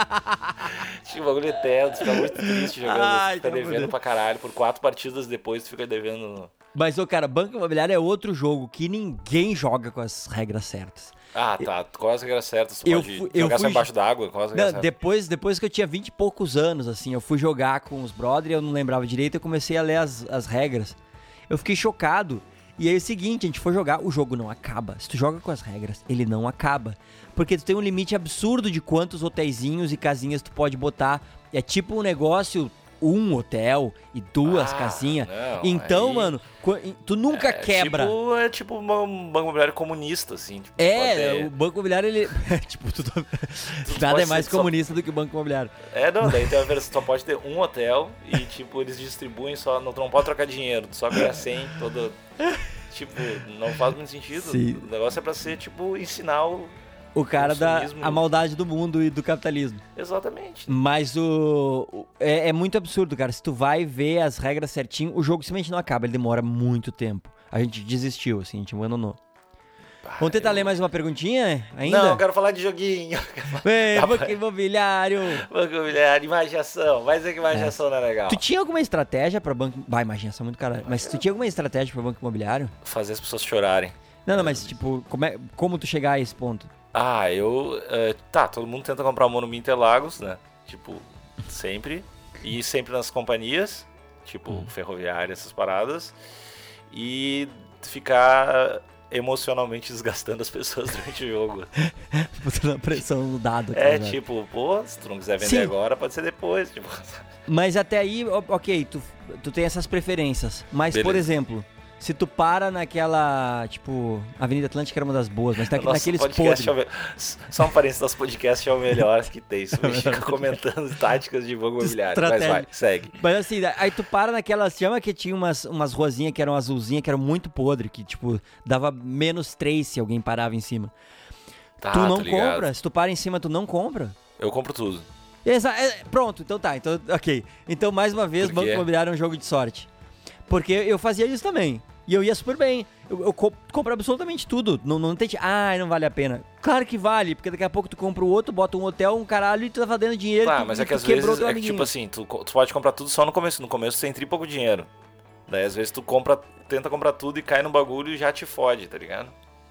S1: Tipo, bagulho eterno, tu fica muito triste jogando, tu fica devendo pra caralho, por 4 partidas depois tu fica devendo.
S2: Mas, cara, Banco Imobiliário é outro jogo que ninguém joga com as regras certas.
S1: Qual as regras certas? Tu pode jogar só embaixo d'água?
S2: Depois que eu tinha 20 e poucos anos, assim, eu fui jogar com os brothers, eu não lembrava direito, eu comecei a ler as regras. Eu fiquei chocado. E aí é o seguinte, a gente foi jogar, o jogo não acaba. Se tu joga com as regras, ele não acaba. Porque tu tem um limite absurdo de quantos hotelzinhos e casinhas tu pode botar. É tipo um negócio, um hotel e 2 casinhas. Então, mano, tu nunca quebra.
S1: É tipo um banco imobiliário comunista, assim. Tipo,
S2: o banco imobiliário, ele... nada é mais comunista do que o banco imobiliário.
S1: Daí tem a versão, só pode ter um hotel e, tipo, eles distribuem só, não pode trocar dinheiro, só ganha 100 todo... Tipo, não faz muito sentido.
S2: Sim.
S1: O negócio é pra ser, tipo, ensinar
S2: o cara a maldade do mundo e do capitalismo.
S1: Exatamente.
S2: Mas é muito absurdo, cara. Se tu vai ver as regras certinho, o jogo simplesmente não acaba, ele demora muito tempo. A gente desistiu, assim, a gente abandonou. Vamos tentar ler mais uma perguntinha ainda?
S1: Não, eu quero falar de joguinho.
S2: Banco Imobiliário.
S1: Banco Imobiliário, imaginação. Vai dizer que imaginação não é legal.
S2: Tu tinha alguma estratégia pra banco... imaginação é muito caralho. Mas tu tinha alguma estratégia pra Banco Imobiliário?
S1: Fazer as pessoas chorarem.
S2: Não, mas tipo, como tu chegar a esse ponto?
S1: Todo mundo tenta comprar o Morumbi Interlagos, né? Tipo, sempre. E sempre nas companhias, tipo, ferroviária, essas paradas. E ficar emocionalmente desgastando as pessoas durante o jogo.
S2: Botando a pressão no dado.
S1: Tipo, se tu não quiser vender agora, pode ser depois. Tipo.
S2: Mas até aí, ok, tu tem essas preferências. Mas, beleza. Por exemplo, se tu para naquela, tipo, Avenida Atlântica era uma das boas, mas tá naqueles podres.
S1: Só um parênteses, nosso podcast é o melhor que tem. Isso fica comentando táticas de banco imobiliário. Mas vai, segue.
S2: Mas assim, aí tu para naquelas, chama que tinha umas ruazinhas que eram azulzinhas, que eram muito podre, que tipo, dava -3 se alguém parava em cima. Tu não compra? Se tu para em cima, tu não compra?
S1: Eu compro tudo.
S2: Pronto, então tá. Então, ok. Então, mais uma vez, Banco Imobiliário é um jogo de sorte. Porque eu fazia isso também. E eu ia super bem. Eu compro absolutamente tudo. Não tem... não vale a pena. Claro que vale, porque daqui a pouco tu compra o outro, bota um hotel, um caralho e tu tá fazendo dinheiro.
S1: Mas é que às vezes é que, tipo assim, tu pode comprar tudo só no começo. No começo tu tem pouco dinheiro. Daí às vezes tu tenta comprar tudo e cai no bagulho e já te fode, tá ligado?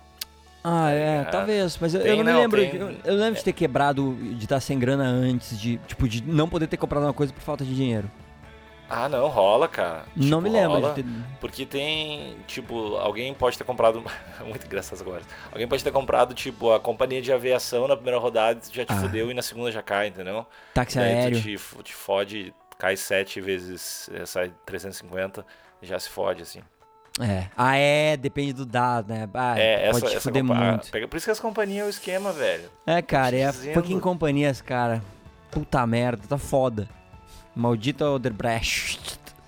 S2: Talvez, mas eu não me lembro. Eu lembro de ter quebrado, de estar sem grana antes, de não poder ter comprado uma coisa por falta de dinheiro.
S1: Não, rola, cara.
S2: Não me lembro.
S1: Rola, porque tem, tipo, alguém pode ter comprado... Muito engraçado agora. Alguém pode ter comprado, tipo, a companhia de aviação na primeira rodada, já te fudeu e na segunda já cai, entendeu?
S2: Táxi
S1: daí
S2: aéreo.
S1: Tu te fode, cai 7 vezes, sai 350, já se fode, assim.
S2: Depende do dado, né?
S1: Pode
S2: te fuder muito.
S1: Por isso que as companhias é o esquema, velho.
S2: Cara, é a fucking companhias, cara. Puta merda, tá foda. Maldito Odebrecht.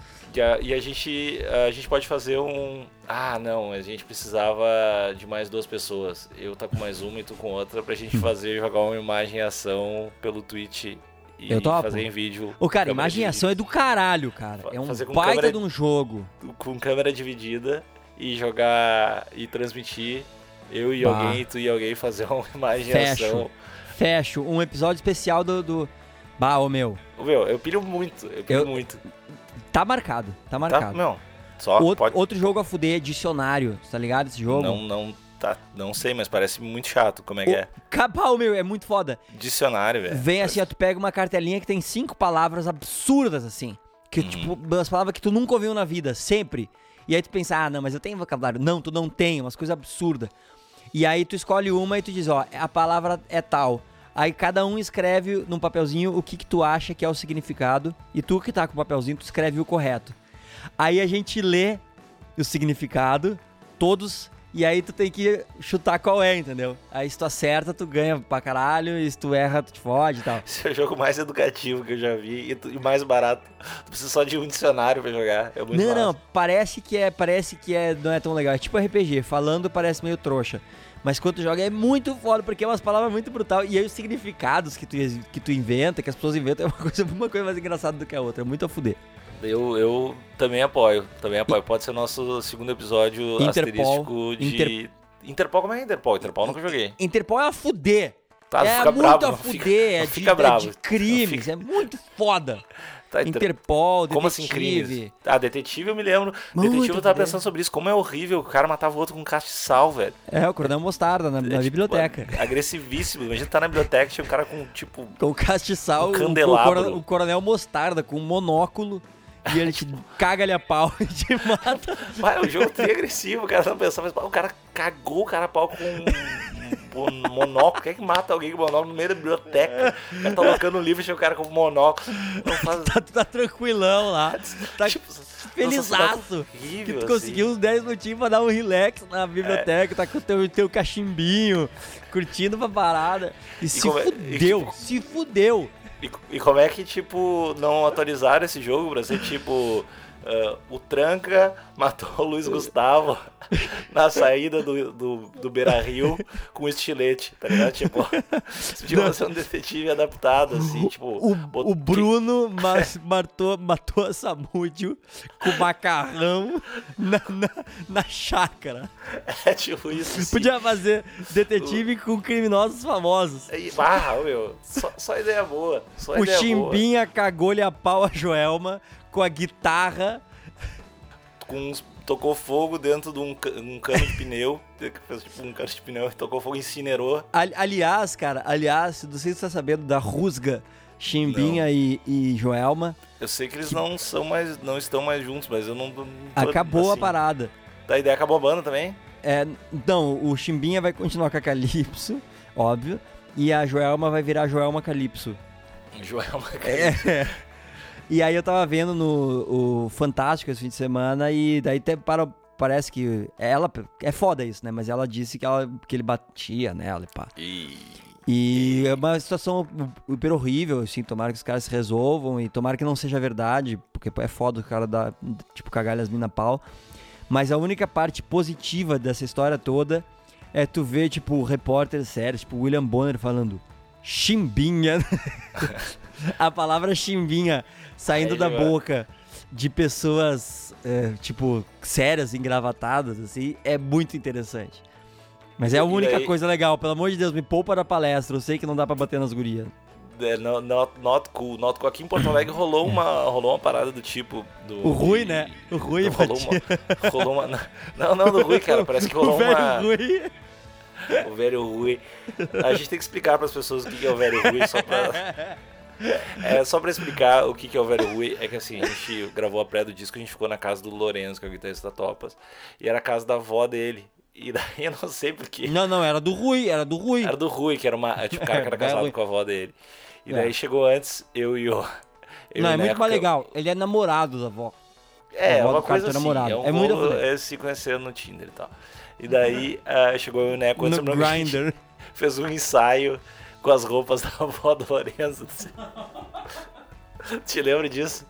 S1: E a gente pode fazer um... não, a gente precisava de mais 2 pessoas. Eu tá com mais uma e tu com outra pra gente jogar uma imagem e ação pelo Twitch e fazer em vídeo.
S2: Cara, imagem e ação é do caralho, cara. É um baita de um jogo.
S1: Com câmera dividida e jogar e transmitir eu e alguém, tu e alguém fazer uma imagem e ação.
S2: Fecho. Um episódio especial do... meu.
S1: Eu pilho muito, muito.
S2: Tá marcado.
S1: Tá, não. Só
S2: outro jogo a fuder é Dicionário, tá ligado esse jogo?
S1: Não sei, mas parece muito chato, como é que é?
S2: É muito foda.
S1: Dicionário, velho.
S2: Vem assim, tu pega uma cartelinha que tem 5 palavras absurdas, assim. Que, tipo, as palavras que tu nunca ouviu na vida, sempre. E aí tu pensa, não, mas eu tenho vocabulário. Não, tu não tem, umas coisas absurdas. E aí tu escolhe uma e tu diz, a palavra é tal. Aí cada um escreve num papelzinho o que tu acha que é o significado. E tu que tá com o papelzinho, tu escreve o correto. Aí a gente lê o significado, todos, e aí tu tem que chutar qual é, entendeu? Aí se tu acerta, tu ganha pra caralho, e se tu erra, tu te fode e tal.
S1: Esse é o jogo mais educativo que eu já vi e mais barato. Tu precisa só de um dicionário pra jogar, é muito fácil.
S2: Não, parece que não é tão legal. É tipo RPG, falando parece meio trouxa. Mas quando tu joga é muito foda, porque é umas palavras muito brutal. E aí os significados que tu inventa, que as pessoas inventam, é uma coisa mais engraçada do que a outra. É muito a fuder.
S1: Eu também apoio. Pode ser nosso segundo episódio asterístico de... Interpol, como é Interpol? Interpol eu nunca joguei.
S2: Interpol é a fuder.
S1: Tá,
S2: é
S1: fica
S2: muito
S1: bravo,
S2: a fuder, de crimes, é muito foda.
S1: Tá,
S2: Interpol, detetive.
S1: Como assim crimes? Detetive eu me lembro. Muito detetive eu tava pensando sobre isso. Como é horrível, o cara matava o outro com um castiçal, velho.
S2: O Coronel Mostarda na biblioteca.
S1: Agressivíssimo. Imagina tá na biblioteca, tinha um cara com tipo...
S2: Com castiçal,
S1: um candelabro.
S2: O Coronel Mostarda com um monóculo. E ele te caga-lhe a pau e te mata.
S1: O jogo é agressivo, o cara não pensava, mas o cara cagou o cara a pau com um monóculo. Quem é que mata alguém com monóculo no meio da biblioteca? O cara tá colocando um livro e chega o cara com monóculo.
S2: Tá tranquilão lá. Tá felizaço. Que tu conseguiu uns 10 minutinhos pra dar um relax na biblioteca. Tá com o teu cachimbinho, curtindo pra parada. E se fudeu.
S1: E como é que, tipo, não atualizaram esse jogo pra ser, tipo... o Tranca matou o Luiz Gustavo na saída do Beira-Rio com estilete, tá ligado? Tipo, podia ser um detetive adaptado, assim, tipo...
S2: O Bruno matou a Samúdio com macarrão na chácara.
S1: É tipo isso, assim.
S2: Podia fazer detetive com criminosos famosos.
S1: Só ideia boa.
S2: O Chimbinha cagou-lhe a pau a Joelma com a guitarra.
S1: Tocou fogo dentro de um cano de pneu. Fez tipo um cano de pneu, tocou fogo e incinerou.
S2: Aliás, não sei se você tá sabendo da rusga Chimbinha e Joelma.
S1: Eu sei que eles não estão mais juntos, mas eu não
S2: acabou assim, a parada.
S1: Da ideia acabou a banda também?
S2: Então, o Chimbinha vai continuar com a Calypso, óbvio. E a Joelma vai virar Joelma Calypso.
S1: Joelma Calypso.
S2: E aí eu tava vendo no Fantástico esse fim de semana e daí parece que ela... É foda isso, né? Mas ela disse que ele batia nela e pá. E é uma situação super horrível, assim. Tomara que os caras se resolvam e tomara que não seja verdade, porque é foda o cara dar, tipo, cagar as minas pau. Mas a única parte positiva dessa história toda é tu ver, tipo, repórteres sérios, tipo William Bonner falando Chimbinha. A palavra chimbinha saindo da boca de pessoas, tipo, sérias, engravatadas, assim, é muito interessante. Mas é a única coisa legal. Pelo amor de Deus, me poupa da palestra. Eu sei que não dá pra bater nas gurias.
S1: Not cool. Aqui em Porto Alegre rolou uma parada do tipo...
S2: O Rui, né? O Rui
S1: rolou uma... Não, do Rui, cara. Parece que rolou uma...
S2: Rui.
S1: O velho Rui. A gente tem que explicar pras pessoas o que é o velho Rui, só pra explicar o que é o velho Rui. É que assim, a gente gravou a pré do disco, a gente ficou na casa do Lourenço, que é o guitarrista da Topas, e era a casa da avó dele. E daí eu não sei porquê.
S2: Não, era do Rui.
S1: Era do Rui, que era tipo, o cara que era casado com a avó dele. E daí chegou antes, eu e o...
S2: Não, é muito mais legal. Ele é namorado da avó.
S1: É,
S2: a avó
S1: uma
S2: do cara
S1: coisa
S2: do teu
S1: assim.
S2: namorado.
S1: É, um
S2: É muito
S1: rolo,
S2: foda.
S1: é se conhecendo no Tinder e tal. E daí chegou eu e o Neco antes
S2: No
S1: do programa, a gente
S2: Grindr.
S1: fez um ensaio com as roupas da avó do Lorenzo. Te lembra disso?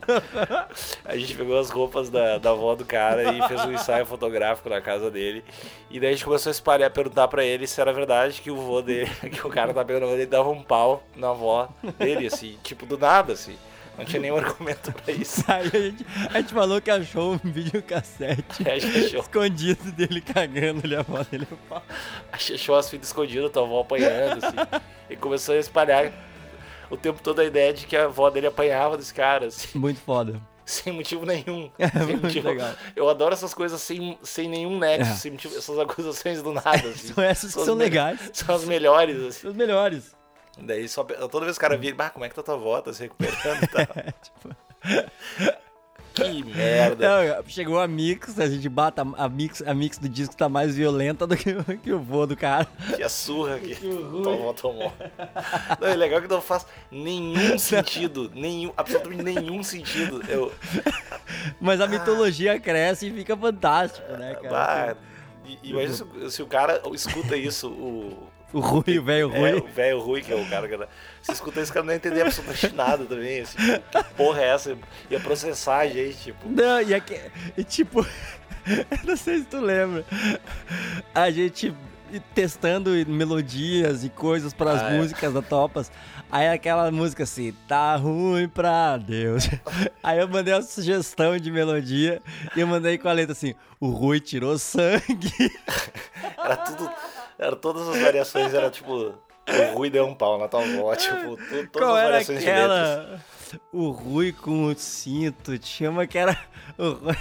S1: A gente pegou as roupas da avó do cara e fez um ensaio fotográfico na casa dele. E daí a gente começou a espalhar, perguntar pra ele se era verdade que o vô dele, que o cara tava pegando a avó dele, dava um pau na avó dele, assim, tipo, do nada, assim. Não tinha nenhum argumento pra isso.
S2: Aí a gente falou que achou um videocassete
S1: A gente achou,
S2: escondido dele cagando ali, a avó dele.
S1: achou as fitas escondidas, tua avó apanhando, assim. E começou a espalhar o tempo todo a ideia de que a avó dele apanhava desse cara, assim.
S2: Muito foda.
S1: Sem motivo nenhum.
S2: É
S1: Sem
S2: muito
S1: motivo.
S2: legal.
S1: Eu adoro essas coisas sem nenhum nexo,
S2: É.
S1: sem motivo, essas acusações do nada, assim.
S2: São essas que
S1: as
S2: são
S1: me-
S2: legais.
S1: São as melhores, assim.
S2: São os melhores.
S1: Daí toda vez que o cara vira, como é que tá tua avó? Tá se recuperando e tal.
S2: Tipo,
S1: Que merda.
S2: não, chegou a Mix, a gente bata a mix do disco tá mais violenta do que o vô do cara.
S1: Que a surra que tua avó tomou. Não, é legal que não faz nenhum sentido. Absolutamente nenhum sentido.
S2: Mas a mitologia cresce e fica fantástico, né, cara?
S1: Imagina se o cara escuta isso,
S2: O Rui, o velho Rui.
S1: o velho Rui, que é o cara que... Se escuta isso, o cara não vai entender absolutamente nada também. Assim, que porra é essa? Ia processar a gente, tipo...
S2: Não, e tipo, eu não sei se tu lembra, a gente testando melodias e coisas para as músicas da Topas, aí aquela música assim, tá ruim pra Deus. Aí eu mandei uma sugestão de melodia e eu mandei com a letra assim, o Rui tirou sangue.
S1: Era tudo... Todas as variações, era tipo... O Rui deu um pau na tua avó, tipo... Todas
S2: Qual
S1: as
S2: era
S1: variações de letras.
S2: aquela? O Rui com o cinto, tinha uma que era o Rui,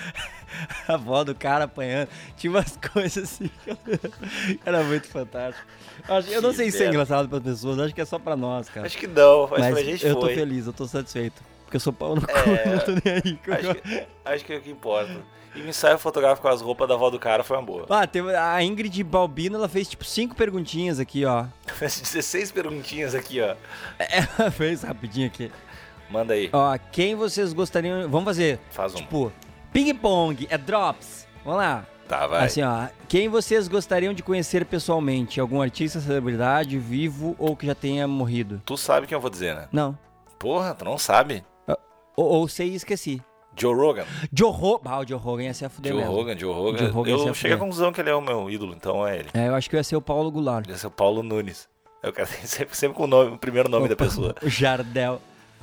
S2: a avó do cara apanhando, tinha umas coisas assim que era muito fantástico. Eu não sei se é engraçado para as pessoas, acho que é só pra nós, cara.
S1: Acho que não, mas pra
S2: Mas
S1: gente
S2: eu
S1: foi.
S2: tô feliz, eu tô satisfeito. Porque eu sou pau no cu,
S1: É,
S2: não tô nem aí.
S1: Acho que é o que importa. E o ensaio fotográfico com as roupas da avó do cara foi uma boa.
S2: Ah, a Ingrid Balbino, ela fez tipo 5 perguntinhas aqui, ó.
S1: Fez 16 perguntinhas aqui, ó.
S2: Ela fez rapidinho aqui.
S1: Manda aí.
S2: Ó, quem vocês gostariam... Vamos fazer,
S1: Faz um.
S2: tipo, ping-pong, é drops. Vamos lá.
S1: Tá, vai.
S2: Assim, ó, quem vocês gostariam de conhecer pessoalmente? Algum artista, celebridade, vivo ou que já tenha morrido?
S1: Tu sabe quem eu vou dizer, né?
S2: Não.
S1: Porra, tu não sabe?
S2: Ou sei e esqueci.
S1: Joe Rogan.
S2: Joe Rogan. O Joe Rogan ia ser a fuder
S1: Joe
S2: mesmo.
S1: Rogan.
S2: Joe Rogan ia ser
S1: Eu
S2: a
S1: cheguei à
S2: fuder.
S1: conclusão que ele é o meu ídolo, então é ele.
S2: É, eu acho que eu ia ser o Paulo Goulart.
S1: Ele é o Paulo Nunes. É o cara tem sempre com o primeiro nome da pessoa.
S2: O Jardel.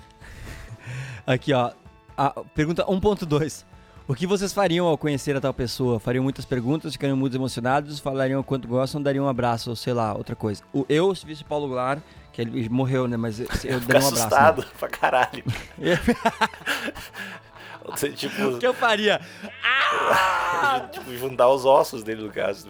S2: Aqui, ó. Pergunta 1.2. O que vocês fariam ao conhecer a tal pessoa? Fariam muitas perguntas, ficariam muito emocionados, falariam o quanto gostam, dariam um abraço, ou sei lá, outra coisa. Eu, se visse o Paulo Goulart, que ele morreu, né? Mas eu
S1: Ficar
S2: daria um abraço.
S1: assustado pra caralho.
S2: Né?
S1: Tipo,
S2: O que eu faria?
S1: tipo, juntar os ossos dele no caso.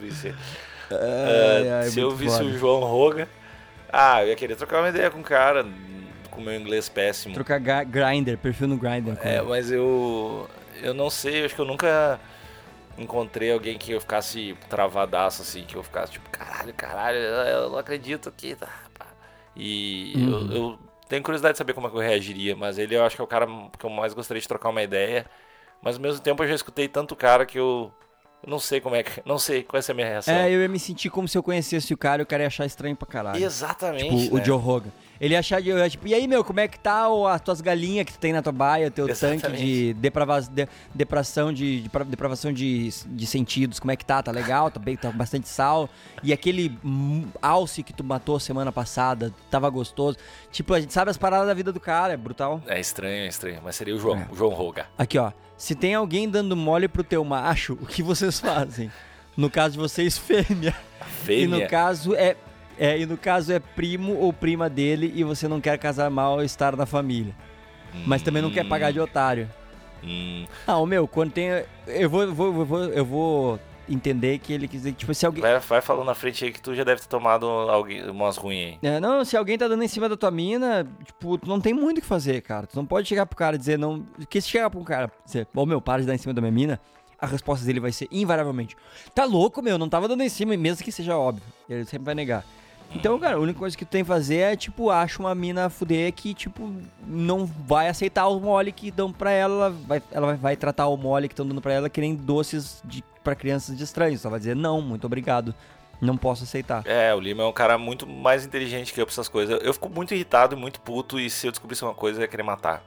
S1: Se eu visse
S2: foda.
S1: o João Rogan, eu ia querer trocar uma ideia com o cara, com o meu inglês péssimo.
S2: Trocar Grindr, perfil no Grindr.
S1: Mas eu não sei, acho que eu nunca encontrei alguém que eu ficasse travadaço, assim, que eu ficasse tipo, caralho, eu não acredito que... E eu tenho curiosidade de saber como é que eu reagiria, mas ele eu acho que é o cara que eu mais gostaria de trocar uma ideia, mas ao mesmo tempo eu já escutei tanto cara que eu não sei qual é a minha reação.
S2: Eu ia me sentir como se eu conhecesse o cara e o cara ia achar estranho pra caralho.
S1: Exatamente,
S2: Tipo,
S1: né?
S2: o Joe Rogan. Ele ia achar, tipo, e aí, meu, como é que tá as tuas galinhas que tu tem na tua baia, o teu
S1: Exatamente.
S2: tanque de depravação de sentidos, como é que tá legal, tá bastante sal, e aquele alce que tu matou semana passada, tava gostoso. Tipo, a gente sabe as paradas da vida do cara, é brutal.
S1: É estranho, mas seria o João Rogan.
S2: Aqui, ó, se tem alguém dando mole pro teu macho, o que vocês fazem? No caso de vocês, fêmea.
S1: Fêmea?
S2: E no caso é primo ou prima dele e você não quer casar mal ou estar na família. Mas também não quer pagar de otário. Quando tem... Eu vou entender que ele quis dizer, tipo, se alguém...
S1: Vai falando na frente aí que tu já deve ter tomado umas ruins aí.
S2: Não, se alguém tá dando em cima da tua mina, tipo, tu não tem muito o que fazer, cara. Tu não pode chegar pro cara e dizer não... Porque se chegar pro cara e dizer, para de dar em cima da minha mina, a resposta dele vai ser, invariavelmente, tá louco, meu, não tava dando em cima, mesmo que seja óbvio. Ele sempre vai negar. Então, cara, a única coisa que tu tem que fazer é, tipo, acha uma mina fuder que, tipo, não vai aceitar o mole que dão pra ela. Ela vai tratar o mole que estão dando pra ela que nem doces pra crianças de estranhos. Ela vai dizer, não, muito obrigado, não posso aceitar.
S1: O Lima é um cara muito mais inteligente que eu pra essas coisas. Eu fico muito irritado e muito puto, e se eu descobrisse uma coisa, eu ia querer matar.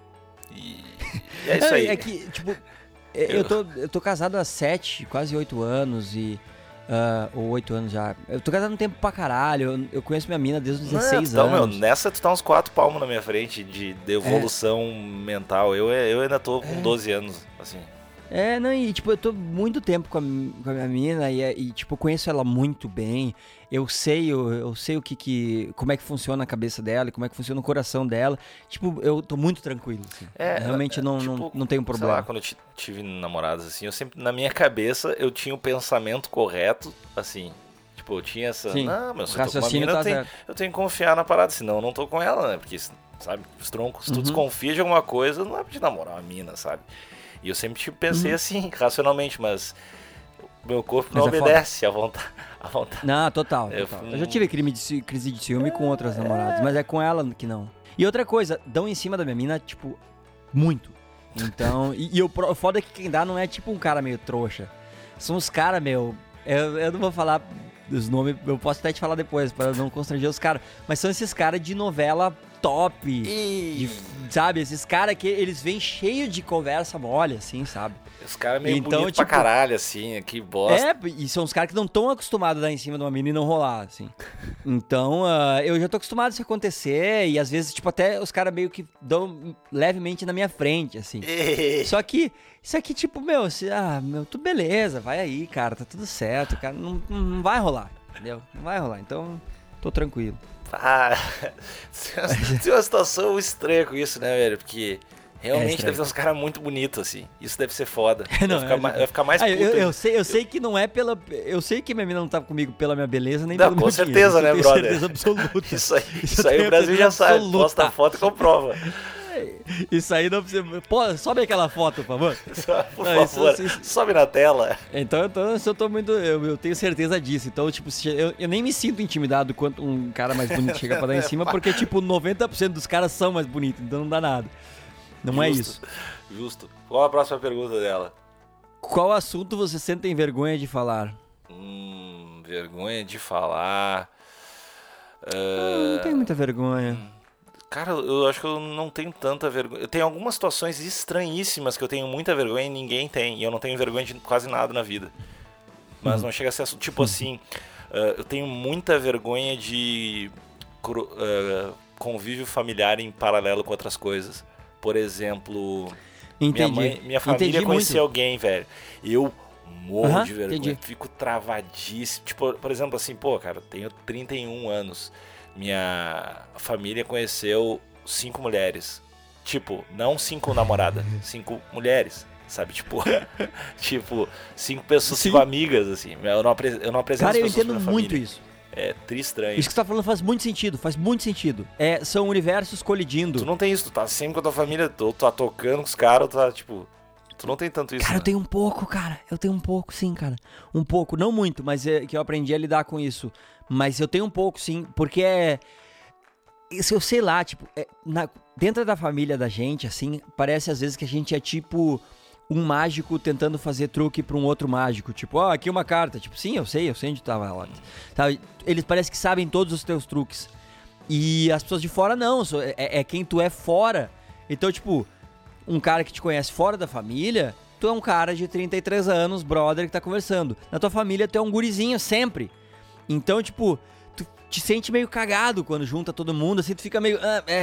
S1: E é isso aí.
S2: É que, tipo, eu tô casado há 7, quase 8 anos e... ou 8 anos já. Eu tô casado um tempo pra caralho. Eu conheço minha mina desde os 16 anos.
S1: Meu, nessa tu tá uns 4 palmos na minha frente de evolução mental. Eu ainda tô com 12 anos, assim.
S2: Não, e tipo, eu tô muito tempo com a minha mina e tipo, eu conheço ela muito bem. Eu sei o como é que funciona a cabeça dela e como é que funciona o coração dela. Tipo, eu tô muito tranquilo, assim. Realmente não tenho problema.
S1: Sei lá, quando eu tive namoradas, assim, eu sempre, na minha cabeça, eu tinha o pensamento correto, assim. Tipo, eu tinha essa...
S2: Sim,
S1: não, mas se eu tô com uma mina, eu tenho que confiar na parada, senão eu não tô com ela, né? Porque, sabe, se tu desconfia de alguma coisa, não é pra te namorar uma mina, sabe? E eu sempre pensei assim, racionalmente, mas meu corpo não obedece à vontade.
S2: Não, total. Eu já tive crise de ciúme com outras namoradas, mas é com ela que não. E outra coisa, dão em cima da minha mina, tipo, muito. Então, o foda é que quem dá não é tipo um cara meio trouxa. São os caras, meu... Eu não vou falar os nomes, eu posso até te falar depois, para não constranger os caras. Mas são esses caras de novela top, sabe? Esses caras que eles vêm cheio de conversa mole, assim, sabe?
S1: Os caras meio então, bonitos pra caralho, assim, que bosta.
S2: E são os caras que não estão acostumados a dar em cima de uma mina e não rolar, assim. Então, eu já tô acostumado a isso acontecer e às vezes, tipo, até os caras meio que dão levemente na minha frente, assim. Só que, isso aqui, tipo, meu, tudo beleza, vai aí, cara, tá tudo certo, cara, não vai rolar, entendeu? Não vai rolar, então, tô tranquilo.
S1: Tem uma situação estranha com isso, né, velho? Porque realmente deve ter uns caras muito bonitos, assim. Isso deve ser foda. Vai ficar mais puto.
S2: Eu sei que não é pela... Eu sei que minha mina não tá comigo pela minha beleza, nem pelo meu
S1: com certeza,
S2: dinheiro.
S1: né, brother?
S2: Certeza absoluta.
S1: Isso aí o Brasil já sabe. Posta a foto e comprova.
S2: Isso aí não precisa... Pô, sobe aquela foto, por favor.
S1: Por favor, sobe na tela.
S2: Então eu tô muito... Eu tenho certeza disso. Então, tipo, eu nem me sinto intimidado quando um cara mais bonito chega pra dar em cima, porque, tipo, 90% dos caras são mais bonitos, então não dá nada. Não é isso.
S1: Justo. Qual a próxima pergunta dela?
S2: Qual assunto você sente vergonha de falar?
S1: Vergonha de falar...
S2: não tenho muita vergonha.
S1: Cara, eu acho que eu não tenho tanta vergonha. Eu tenho algumas situações estranhíssimas que eu tenho muita vergonha e ninguém tem. E eu não tenho vergonha de quase nada na vida. Mas não chega a ser tipo assim... eu tenho muita vergonha de convívio familiar em paralelo com outras coisas. Por exemplo... Minha família conhecia alguém, velho. Eu morro de vergonha. Fico travadíssimo. Tipo, por exemplo, assim, pô, cara, eu tenho 31 anos. Minha família conheceu 5 mulheres. Tipo, não 5 namoradas, 5 mulheres, sabe? Tipo, 5 pessoas, 5 amigas, assim. Eu não apresento
S2: cara,
S1: as pessoas.
S2: Cara, eu entendo muito isso.
S1: É estranho.
S2: Isso que você tá falando faz muito sentido, são universos colidindo.
S1: Tu não tem isso, tu tá sempre com a tua família, tu tá tocando com os caras, tu tá, tipo... Tu não tem tanto isso,
S2: Cara,
S1: né?
S2: eu tenho um pouco, cara. Eu tenho um pouco, sim, cara. Um pouco, não muito, mas é que eu aprendi a lidar com isso. Mas eu tenho um pouco, sim, porque eu sei lá, tipo... dentro da família da gente, assim, parece às vezes que a gente é tipo... um mágico tentando fazer truque pra um outro mágico. Tipo, aqui uma carta. Tipo, sim, eu sei onde tava ela. Sabe? Eles parecem que sabem todos os teus truques. E as pessoas de fora não. É quem tu é fora. Então, tipo, um cara que te conhece fora da família, tu é um cara de 33 anos, brother, que tá conversando. Na tua família, tu é um gurizinho sempre. Então, tipo, tu te sente meio cagado quando junta todo mundo, assim, tu fica meio...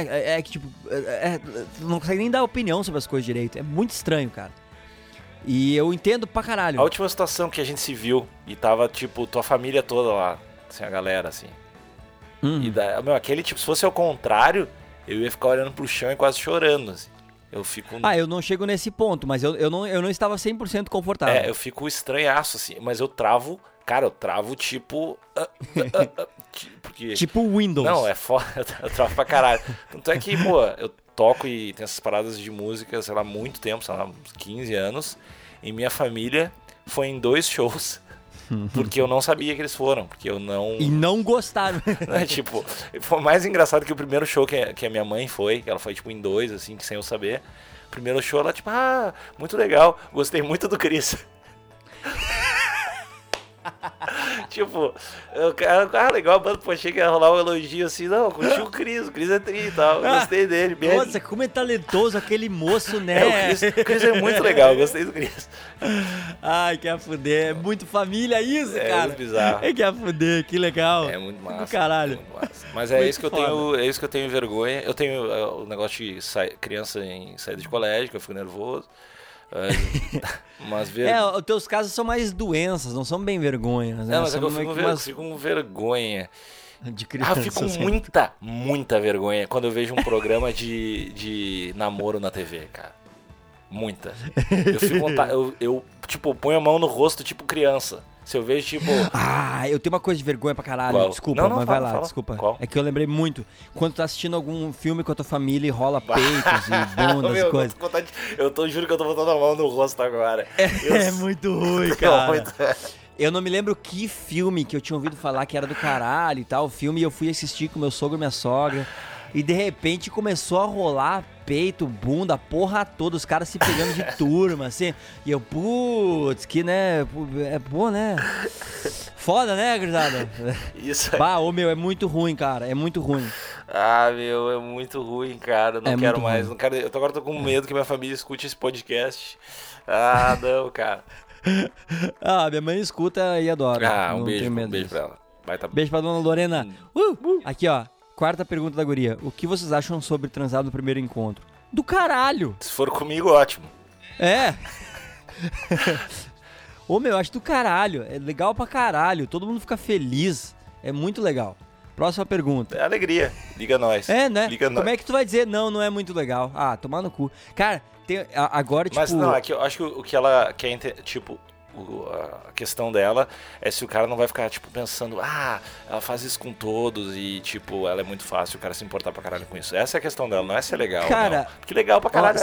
S2: tu não consegue nem dar opinião sobre as coisas direito. É muito estranho, cara. E eu entendo pra caralho.
S1: A última situação que a gente se viu e tava, tipo, tua família toda lá, assim, a galera, assim. E aquele, tipo, se fosse ao contrário, eu ia ficar olhando pro chão e quase chorando, assim. Eu fico...
S2: eu não chego nesse ponto, mas eu não estava 100% confortável.
S1: Eu fico estranhaço, assim, mas eu travo, tipo... porque...
S2: Tipo Windows.
S1: Não, é foda, eu travo pra caralho. Tanto é que, pô, eu toco e tem essas paradas de música, sei lá, há muito tempo, sei lá, uns 15 anos. E minha família foi em 2 shows Porque eu não sabia que eles foram, porque eu não...
S2: E não gostaram.
S1: Né, tipo, foi mais engraçado que o primeiro show que a minha mãe foi, que ela foi tipo em 2, assim, sem eu saber. O primeiro show, ela tipo, muito legal, gostei muito do Cris. Tipo, legal a banda, pô, achei que ia rolar um elogio assim, não, curti o Cris é tri e tal, gostei dele.
S2: Nossa, como é talentoso aquele moço, né?
S1: O Cris é muito legal, gostei do Cris.
S2: Ai, que a fuder, é muito família isso, cara.
S1: É muito bizarro.
S2: É que a fuder, que legal.
S1: É muito massa.
S2: Do caralho.
S1: Muito massa. Mas é isso que eu tenho vergonha. Eu tenho o negócio de criança em saída de colégio, que eu fico nervoso. Mas
S2: os teus casos são mais doenças, não são bem vergonhas, né?
S1: Não, mas é que eu fico com vergonha.
S2: De criança.
S1: Eu fico muita vergonha quando eu vejo um programa de namoro na TV, cara. Muita. Eu tipo, ponho a mão no rosto, tipo criança. Se eu vejo, tipo...
S2: eu tenho uma coisa de vergonha pra caralho.
S1: Qual?
S2: Desculpa,
S1: Não,
S2: mas
S1: fala,
S2: vai lá,
S1: fala.
S2: desculpa.
S1: Qual?
S2: É que eu lembrei muito. Quando tu tá assistindo algum filme com a tua família e rola peitos e bundas e coisas.
S1: Juro que eu tô botando a mão no rosto agora.
S2: É muito ruim, cara. Eu não me lembro que filme que eu tinha ouvido falar que era do caralho e tal. O filme, eu fui assistir com meu sogro e minha sogra. E de repente começou a rolar peito, bunda, porra toda, os caras se pegando de turma, assim. E eu, putz, que né, é bom, né? Foda, né, gurizada?
S1: Isso aí.
S2: Meu, é muito ruim, cara, é muito ruim.
S1: Meu, é muito ruim, cara, não quero mais, não quero, agora tô com medo que minha família escute esse podcast. Não, cara.
S2: Minha mãe escuta e adora.
S1: Um beijo pra ela.
S2: Beijo pra dona Lorena. Aqui, ó. Quarta pergunta da guria. O que vocês acham sobre transar no primeiro encontro? Do caralho!
S1: Se for comigo, ótimo.
S2: É. Eu acho do caralho. É legal pra caralho. Todo mundo fica feliz. É muito legal. Próxima pergunta.
S1: É alegria. Liga nós.
S2: Né?
S1: Liga
S2: Como é que tu vai dizer não é muito legal? Tomar no cu. Cara, agora, tipo...
S1: Mas não, é que eu acho que o que ela quer, tipo... A questão dela é se o cara não vai ficar, tipo, pensando, ela faz isso com todos e, tipo, ela é muito fácil o cara se importar pra caralho com isso. Essa é a questão dela, não é ser legal,
S2: cara,
S1: não. Que legal pra caralho.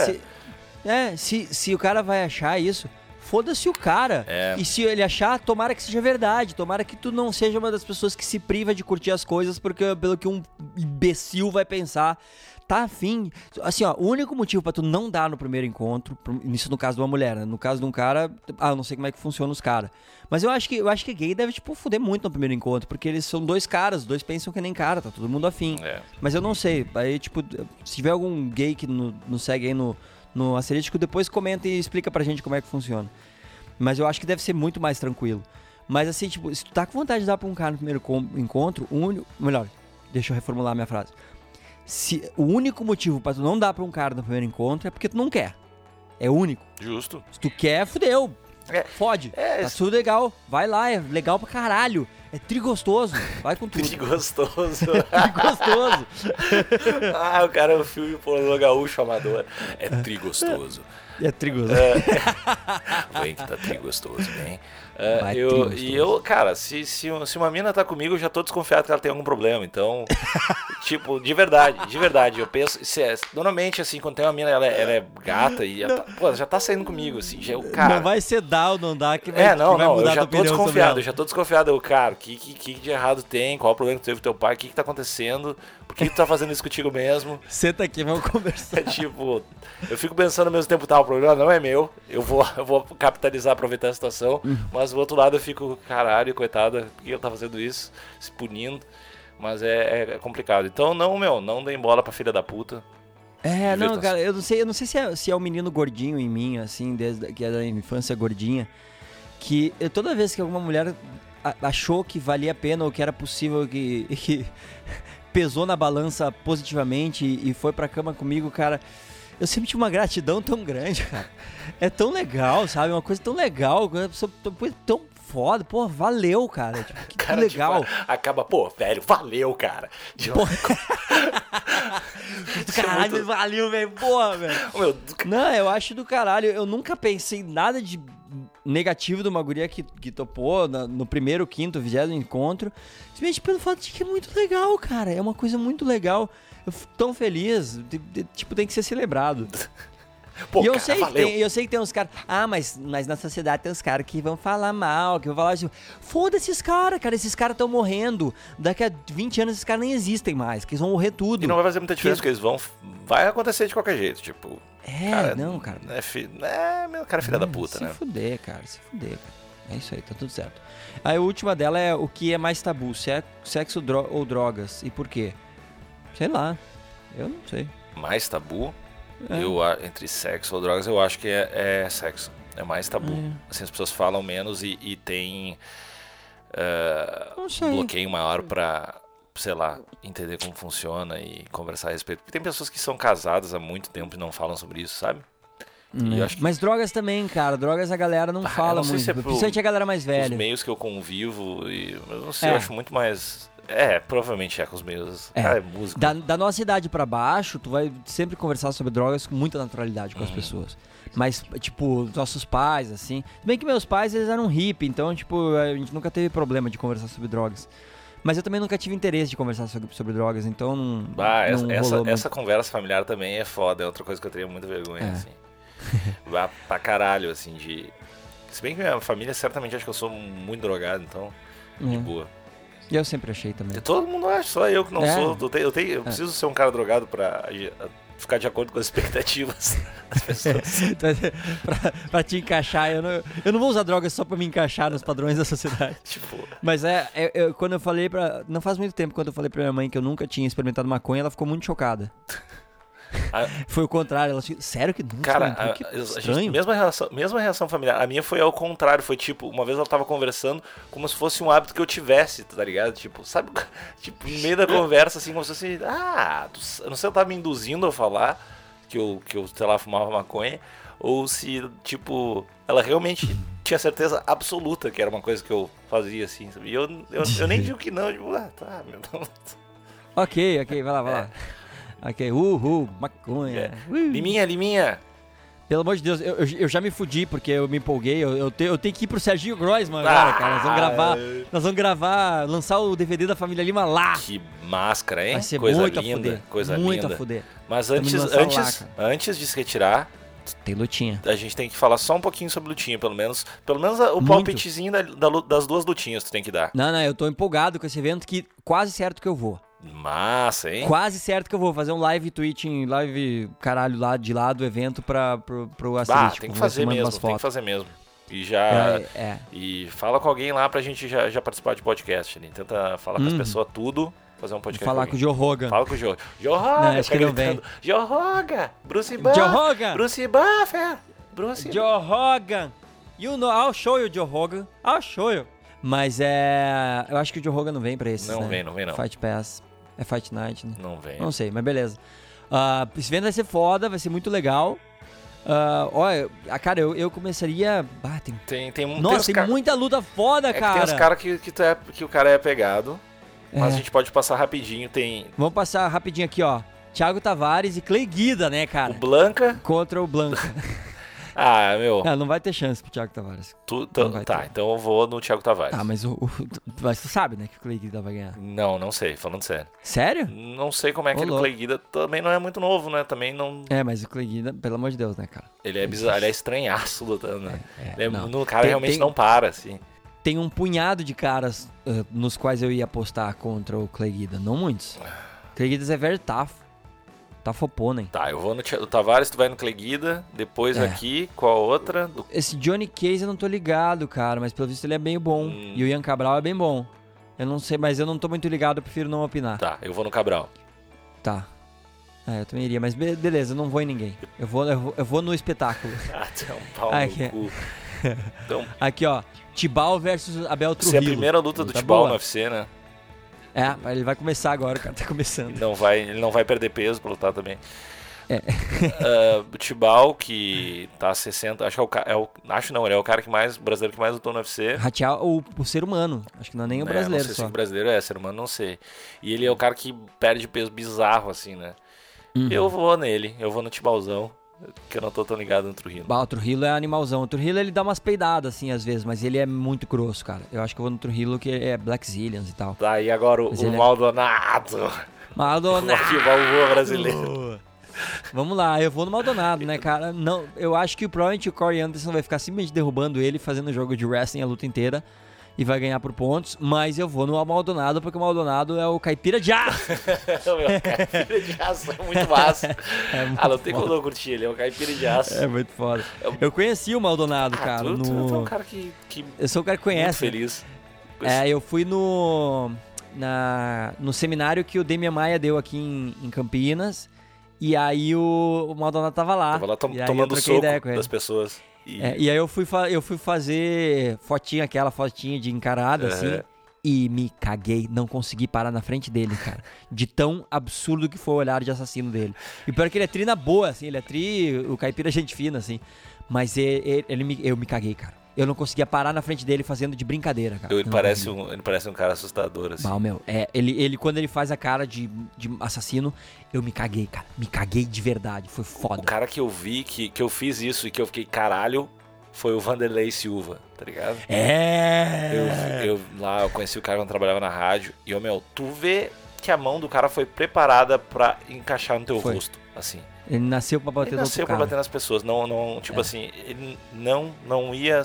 S2: Se o cara vai achar isso, foda-se o cara. E se ele achar, tomara que seja verdade. Tomara que tu não seja uma das pessoas que se priva de curtir as coisas pelo que um imbecil vai pensar. Tá afim. Assim, ó, o único motivo pra tu não dar no primeiro encontro, isso no caso de uma mulher, né? No caso de um cara, eu não sei como é que funciona os caras. Mas eu acho que gay deve, tipo, fuder muito no primeiro encontro, porque eles são dois caras, os dois pensam que nem cara, tá todo mundo afim. Mas eu não sei. Aí, tipo, se tiver algum gay que nos segue aí no Asterístico, depois comenta e explica pra gente como é que funciona. Mas eu acho que deve ser muito mais tranquilo. Mas assim, tipo, se tu tá com vontade de dar pra um cara no primeiro encontro, melhor, deixa eu reformular a minha frase. O único motivo pra tu não dar pra um cara no primeiro encontro é porque tu não quer. É único.
S1: Justo.
S2: Se tu quer, fudeu. Fode. Tá tudo legal. Vai lá, é legal pra caralho. É trigostoso. Vai com tudo.
S1: Trigostoso.
S2: Trigostoso.
S1: O cara é um filme pornô gaúcho amador. É trigostoso.
S2: É trigostoso.
S1: Vem que tá trigostoso, bem. Cara, se uma mina tá comigo, eu já tô desconfiado que ela tem algum problema. Então, tipo, de verdade, eu penso. Normalmente, assim, quando tem uma mina, ela é gata e ela já tá saindo comigo, assim. Cara,
S2: não vai ser dar ou não dar que vai, vai mudar
S1: eu já tô desconfiado. Eu já tô desconfiado. Cara, o que de errado tem? Qual o problema que teve com teu pai? O que tá acontecendo? Por que tu tá fazendo isso contigo mesmo?
S2: Senta aqui, vamos conversar.
S1: Tipo, eu fico pensando ao mesmo tempo, o problema não é meu. Eu vou capitalizar, aproveitar a situação. Mas do outro lado eu fico, caralho, coitada, por que ele tá fazendo isso? Se punindo. Mas é complicado. Então, não deem bola pra filha da puta.
S2: Não, cara, eu não sei se é o menino gordinho em mim, assim, desde que é da infância gordinha, que toda vez que alguma mulher achou que valia a pena ou que era possível que pesou na balança positivamente e foi pra cama comigo, cara, eu sempre tive uma gratidão tão grande, cara. É tão legal, sabe? Uma coisa tão legal, tão foda. Pô, valeu, cara. Tipo, que cara, legal.
S1: Tipo, acaba, velho, valeu, cara.
S2: Caralho, muito... valeu, velho. Porra, velho. Não, eu acho do caralho. Eu nunca pensei nada de negativo de uma guria que topou no primeiro, quinto, 20º encontro. Simplesmente pelo fato de que é muito legal, cara. É uma coisa muito legal. Eu fico tão feliz. Tipo, tem que ser celebrado.
S1: Pô,
S2: E eu
S1: cara,
S2: sei,
S1: valeu.
S2: eu sei que tem uns caras. Ah, mas na sociedade tem uns caras que vão falar mal, que vão falar assim. Foda-se esses caras, cara. Esses caras estão morrendo. Daqui a 20 anos esses caras nem existem mais, que eles vão morrer tudo.
S1: E não vai fazer muita diferença, porque eles vão... Vai acontecer de qualquer jeito, tipo...
S2: Cara.
S1: Cara é filha da puta, né?
S2: Se fuder, cara. É isso aí, tá tudo certo. Aí a última dela é o que é mais tabu, sexo ou drogas. E por quê? Sei lá. Eu não sei.
S1: Mais tabu? Entre sexo ou drogas, eu acho que é sexo. É mais tabu. Assim, as pessoas falam menos e tem bloqueio maior pra, sei lá, entender como funciona e conversar a respeito. Porque tem pessoas que são casadas há muito tempo e não falam sobre isso, sabe? E eu acho que...
S2: Mas drogas também, cara. Drogas a galera não fala muito. Principalmente a galera mais velha.
S1: Os meios que eu convivo, eu não sei, eu acho muito mais... provavelmente com os meios. Cara, é música.
S2: Da nossa idade pra baixo, tu vai sempre conversar sobre drogas com muita naturalidade com as pessoas. Mas, tipo, nossos pais, assim... Bem que meus pais, eles eram hippie, então, tipo, a gente nunca teve problema de conversar sobre drogas. Mas eu também nunca tive interesse de conversar sobre drogas, então não
S1: essa conversa familiar também é foda, é outra coisa que eu teria muita vergonha, assim. Pra caralho, assim, de... Se bem que minha família, certamente, acha que eu sou muito drogado, então, de boa.
S2: E eu sempre achei também.
S1: Todo mundo acha, só eu que não sou. Eu preciso ser um cara drogado pra ficar de acordo com as expectativas das pessoas.
S2: pra te encaixar. Eu não vou usar drogas só pra me encaixar nos padrões da sociedade.
S1: Tipo...
S2: Mas quando eu falei não faz muito tempo, quando eu falei pra minha mãe que eu nunca tinha experimentado maconha, ela ficou muito chocada. Foi o contrário, ela disse, sério que nunca?
S1: Cara, estranho. Mesma reação familiar. A minha foi ao contrário, foi tipo, uma vez ela tava conversando como se fosse um hábito que eu tivesse, tá ligado? Tipo, sabe? Tipo, no meio da conversa, assim, como se fosse, eu não sei, eu tava me induzindo a falar que eu, sei lá, fumava maconha, ou se, tipo, ela realmente tinha certeza absoluta que era uma coisa que eu fazia, assim, sabe? E eu nem digo que não, tipo, tá, meu Deus.
S2: Ok, vai lá. Ok, maconha.
S1: Liminha.
S2: Pelo amor de Deus, eu já me fudi porque eu me empolguei. Eu tenho que ir pro Serginho Groisman agora, cara. Nós vamos gravar, lançar o DVD da Família Lima lá.
S1: Que máscara, hein?
S2: Vai ser
S1: coisa
S2: muito
S1: linda,
S2: a fuder.
S1: Coisa
S2: muito
S1: linda.
S2: a fuder.
S1: Mas antes de se retirar,
S2: tem lutinha.
S1: A gente tem que falar só um pouquinho sobre lutinha, pelo menos o palpitezinho das duas lutinhas tu tem que dar.
S2: Não, eu tô empolgado com esse evento que quase certo que eu vou.
S1: Massa, hein?
S2: Quase certo que eu vou fazer um live tweeting, caralho lá do evento pro asterístico.
S1: Tem que fazer mesmo, E já. E fala com alguém lá pra gente já participar de podcast. Né? Tenta falar com as pessoas tudo, fazer um podcast.
S2: Falar com o Joe Rogan.
S1: Fala com o Joe. Joe Rogan,
S2: não, acho que não vem.
S1: Joe Rogan, Bruce Buffer.
S2: Joe Rogan. You know, I'll show you, Joe Rogan. I'll show you. Mas eu acho que o Joe Rogan não vem pra esse.
S1: Não vem.
S2: Fight Pass. É Fight Night, né?
S1: Não vem.
S2: Não sei, mas beleza. Esse evento vai ser foda, vai ser muito legal. Olha, cara, eu começaria... Tem muita luta foda, cara.
S1: Tem os caras que o cara é pegado, mas a gente pode passar rapidinho.
S2: Vamos passar rapidinho aqui, ó. Thiago Tavares e Clay Guida, né, cara?
S1: O Blanca.
S2: Contra o Blanca.
S1: Meu...
S2: não vai ter chance pro Thiago Tavares.
S1: Então eu vou no Thiago Tavares.
S2: Mas mas tu sabe, né, que o Clay Guida vai ganhar.
S1: Não sei, falando sério.
S2: Sério?
S1: Não sei como é que o Clay Guida também não é muito novo, né? Também não...
S2: mas o Clay Guida, pelo amor de Deus, né, cara?
S1: Ele é bizarro, ele é estranhaço lutando, né? O cara realmente não para, assim.
S2: Tem um punhado de caras nos quais eu ia apostar contra o Clay Guida, não muitos. Clay Guida é very tough. Tafoponem.
S1: Tá, eu vou no Tavares, tu vai no Clay Guida, depois aqui, qual a outra?
S2: Esse Johnny Case eu não tô ligado, cara, mas pelo visto ele é bem bom. E o Ian Cabral é bem bom. Eu não sei, mas eu não tô muito ligado, eu prefiro não opinar.
S1: Tá, eu vou no Cabral.
S2: Tá. Eu também iria, mas beleza, eu não vou em ninguém. Eu vou no espetáculo.
S1: Tem um pau no cu.
S2: Então... Aqui, ó, Tibau versus Abel Trujillo.
S1: Essa é a primeira luta do Tibau no UFC, né?
S2: Ele vai começar agora, o cara tá começando.
S1: Ele não vai perder peso pra lutar também. O Tibau, que tá 60, acho que ele é o cara brasileiro que mais lutou no UFC.
S2: Ratear o ser humano, acho que não é nem o brasileiro.
S1: Não sei se o brasileiro ser humano, não sei. E ele é o cara que perde peso bizarro, assim, né? Eu vou nele, eu vou no Tibauzão. Que eu não tô tão ligado no Trujillo.
S2: O Trujillo é animalzão. O Trujillo, ele dá umas peidadas, assim, às vezes, mas ele é muito grosso, cara. Eu acho que eu vou no Trujillo, que é Black Zillions e tal.
S1: Tá, e agora o Maldonado.
S2: Maldonado!
S1: O Balboa brasileiro.
S2: Vamos lá, eu vou no Maldonado, né, cara? Não, eu acho que provavelmente o Corey Anderson vai ficar simplesmente derrubando ele, fazendo jogo de wrestling a luta inteira e vai ganhar por pontos, mas eu vou no Maldonado porque o Maldonado é o caipira de aço.
S1: Meu, caipira de aço é muito massa. Não tem como não curtir, ele é o caipira de aço.
S2: É muito foda. Eu conheci o Maldonado, cara.
S1: Tu é um cara que
S2: eu sou um cara que conhece.
S1: Muito feliz.
S2: Eu fui no seminário que o Demian Maia deu aqui em Campinas. E aí o Maldonado tava lá.
S1: Tava lá tomando soco das pessoas.
S2: E aí eu fui fazer aquela fotinha de encarada, assim. E me caguei, não consegui parar na frente dele, cara. De tão absurdo que foi o olhar de assassino dele. E pior que ele é tri na boa, assim. Ele é o caipira gente fina, assim. Mas eu me caguei, cara. Eu não conseguia parar na frente dele fazendo de brincadeira, cara.
S1: Ele parece um cara assustador, assim.
S2: Ele quando ele faz a cara de assassino, eu me caguei, cara. Me caguei de verdade, foi foda.
S1: O cara que eu vi, que eu fiz isso e que eu fiquei caralho, foi o Vanderlei Silva, tá ligado? Eu conheci o cara quando trabalhava na rádio. E, tu vê que a mão do cara foi preparada pra encaixar no teu rosto, assim.
S2: Ele nasceu pra bater no outro cara. Ele nasceu pra
S1: bater nas pessoas. Assim, ele não ia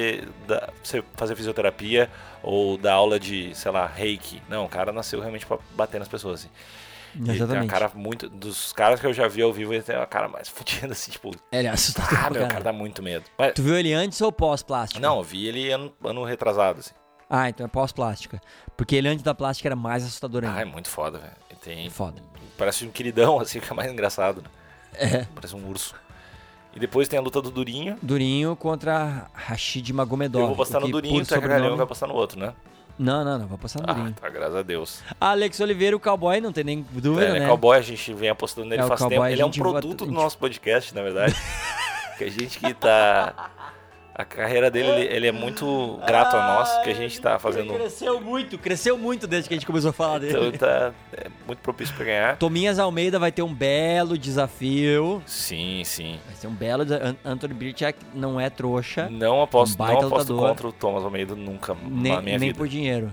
S1: fazer fisioterapia ou dar aula de, sei lá, reiki. Não, o cara nasceu realmente pra bater nas pessoas, assim.
S2: Exatamente.
S1: Ele tem uma cara dos caras que eu já vi ao vivo, ele tem uma cara mais fodida, assim, tipo...
S2: Ele é assustador,
S1: meu, cara dá muito medo. Mas,
S2: tu viu ele antes ou pós-plástica?
S1: Não, eu vi ele ano retrasado, assim.
S2: Então é pós-plástica. Porque ele antes da plástica era mais assustador ainda.
S1: É muito foda, velho.
S2: Foda.
S1: Parece um queridão, assim, que é mais engraçado, né? Parece um urso. E depois tem a luta do Durinho.
S2: Durinho contra Rashid Magomedov.
S1: Eu vou postar no Durinho e o Tagarelhão vai postar no outro, né?
S2: Não, vou postar no Durinho.
S1: Tá, graças a Deus.
S2: Alex Oliveira, o cowboy, não tem nem dúvida, né?
S1: Cowboy, a gente vem apostando nele faz tempo. Ele é um produto do
S2: gente...
S1: nosso podcast, na verdade. Que a gente que tá... A carreira dele, ele é muito grato a nós, que a gente tá fazendo...
S2: Ele cresceu muito desde que a gente começou a falar dele.
S1: Então ele tá muito propício pra ganhar.
S2: Tominhas Almeida vai ter um belo desafio.
S1: Sim.
S2: Vai ser um belo desafio. Anthony Birchak não é trouxa.
S1: Não aposto contra o Thomas Almeida nunca na minha vida.
S2: Nem por dinheiro.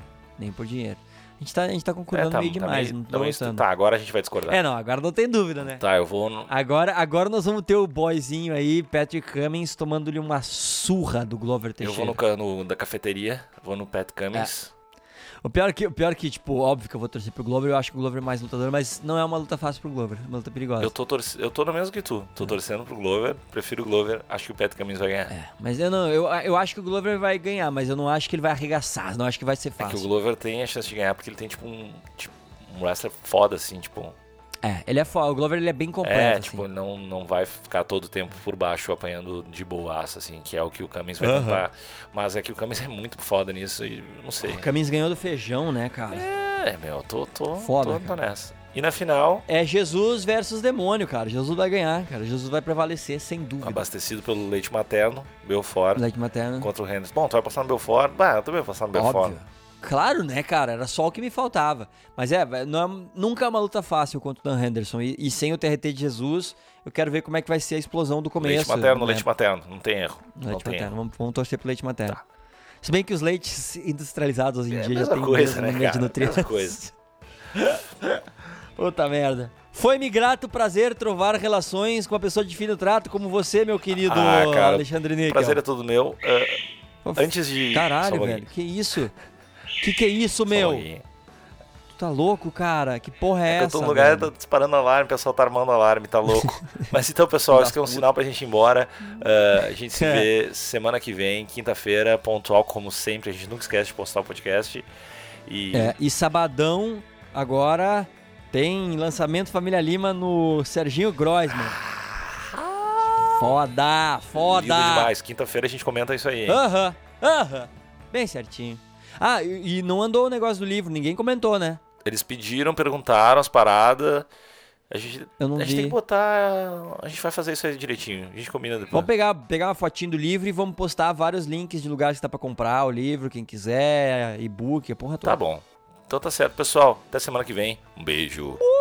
S2: A gente tá concordando meio demais, não tô gostando.
S1: Tá, agora a gente vai discordar.
S2: Agora não tem dúvida, né?
S1: Tá, eu vou...
S2: Agora nós vamos ter o boyzinho aí, Patrick Cummins, tomando-lhe uma surra do Glover Teixeira.
S1: Eu vou no da cafeteria, vou no Pat Cummins.
S2: O pior que, tipo, óbvio que eu vou torcer pro Glover, eu acho que o Glover é mais lutador, mas não é uma luta fácil pro Glover, é uma luta perigosa.
S1: Eu tô no mesmo que tu, tô torcendo pro Glover, prefiro o Glover, acho que o Pat Cummins vai ganhar.
S2: Mas eu acho que o Glover vai ganhar, mas eu não acho que ele vai arregaçar, não acho que vai ser fácil.
S1: É que o Glover tem a chance de ganhar porque ele tem, tipo, um wrestler foda, assim, tipo...
S2: Ele é foda, o Glover ele é bem completo,
S1: tipo, não vai ficar todo o tempo por baixo apanhando de boaça, assim, que é o que o Cummins vai tentar. Mas é que o Cummins é muito foda nisso e não sei.
S2: O Cummins ganhou do feijão, né, cara?
S1: Tô nessa. E na final...
S2: É Jesus versus demônio, cara. Jesus vai ganhar, cara. Jesus vai prevalecer, sem dúvida.
S1: Abastecido pelo leite materno, Belfort.
S2: Leite materno.
S1: Contra o Henderson. Bom, tu vai passar no Belfort? Eu também vou passar no Belfort.
S2: Óbvio. Claro, né, cara? Era só o que me faltava. Mas nunca é uma luta fácil contra o Dan Henderson. E sem o TRT de Jesus, eu quero ver como é que vai ser a explosão do começo.
S1: Leite materno. Não tem erro.
S2: Leite materno. Vamos torcer pro leite materno. Tá. Se bem que os leites industrializados hoje em dia já tem
S1: coisa, né,
S2: de nutrientes.
S1: Mesma coisa.
S2: Puta merda. Foi-me grato prazer trovar relações com uma pessoa de fino trato como você, meu querido Alexandre Níquel.
S1: Prazer é todo meu. Antes de...
S2: Caralho, velho. Que isso? Que é isso, meu? Tu tá louco, cara? Que porra é essa?
S1: Eu tô no lugar, tá disparando alarme, o pessoal tá armando alarme, tá louco. Mas então, pessoal, isso aqui é um sinal pra gente ir embora. A gente se vê semana que vem, quinta-feira, pontual, como sempre. A gente nunca esquece de postar o podcast.
S2: E sabadão, agora, tem lançamento Família Lima no Serginho Groisman. Foda!
S1: Lindo demais. Quinta-feira a gente comenta isso aí, hein?
S2: Aham. Bem certinho. E não andou o negócio do livro, ninguém comentou, né?
S1: Eles pediram, perguntaram as paradas. A gente tem que botar... A gente vai fazer isso aí direitinho. A gente combina depois.
S2: Vamos pegar uma fotinho do livro e vamos postar vários links de lugares que dá pra comprar o livro, quem quiser, e-book, a porra toda.
S1: Tá bom. Então tá certo, pessoal. Até semana que vem. Um beijo.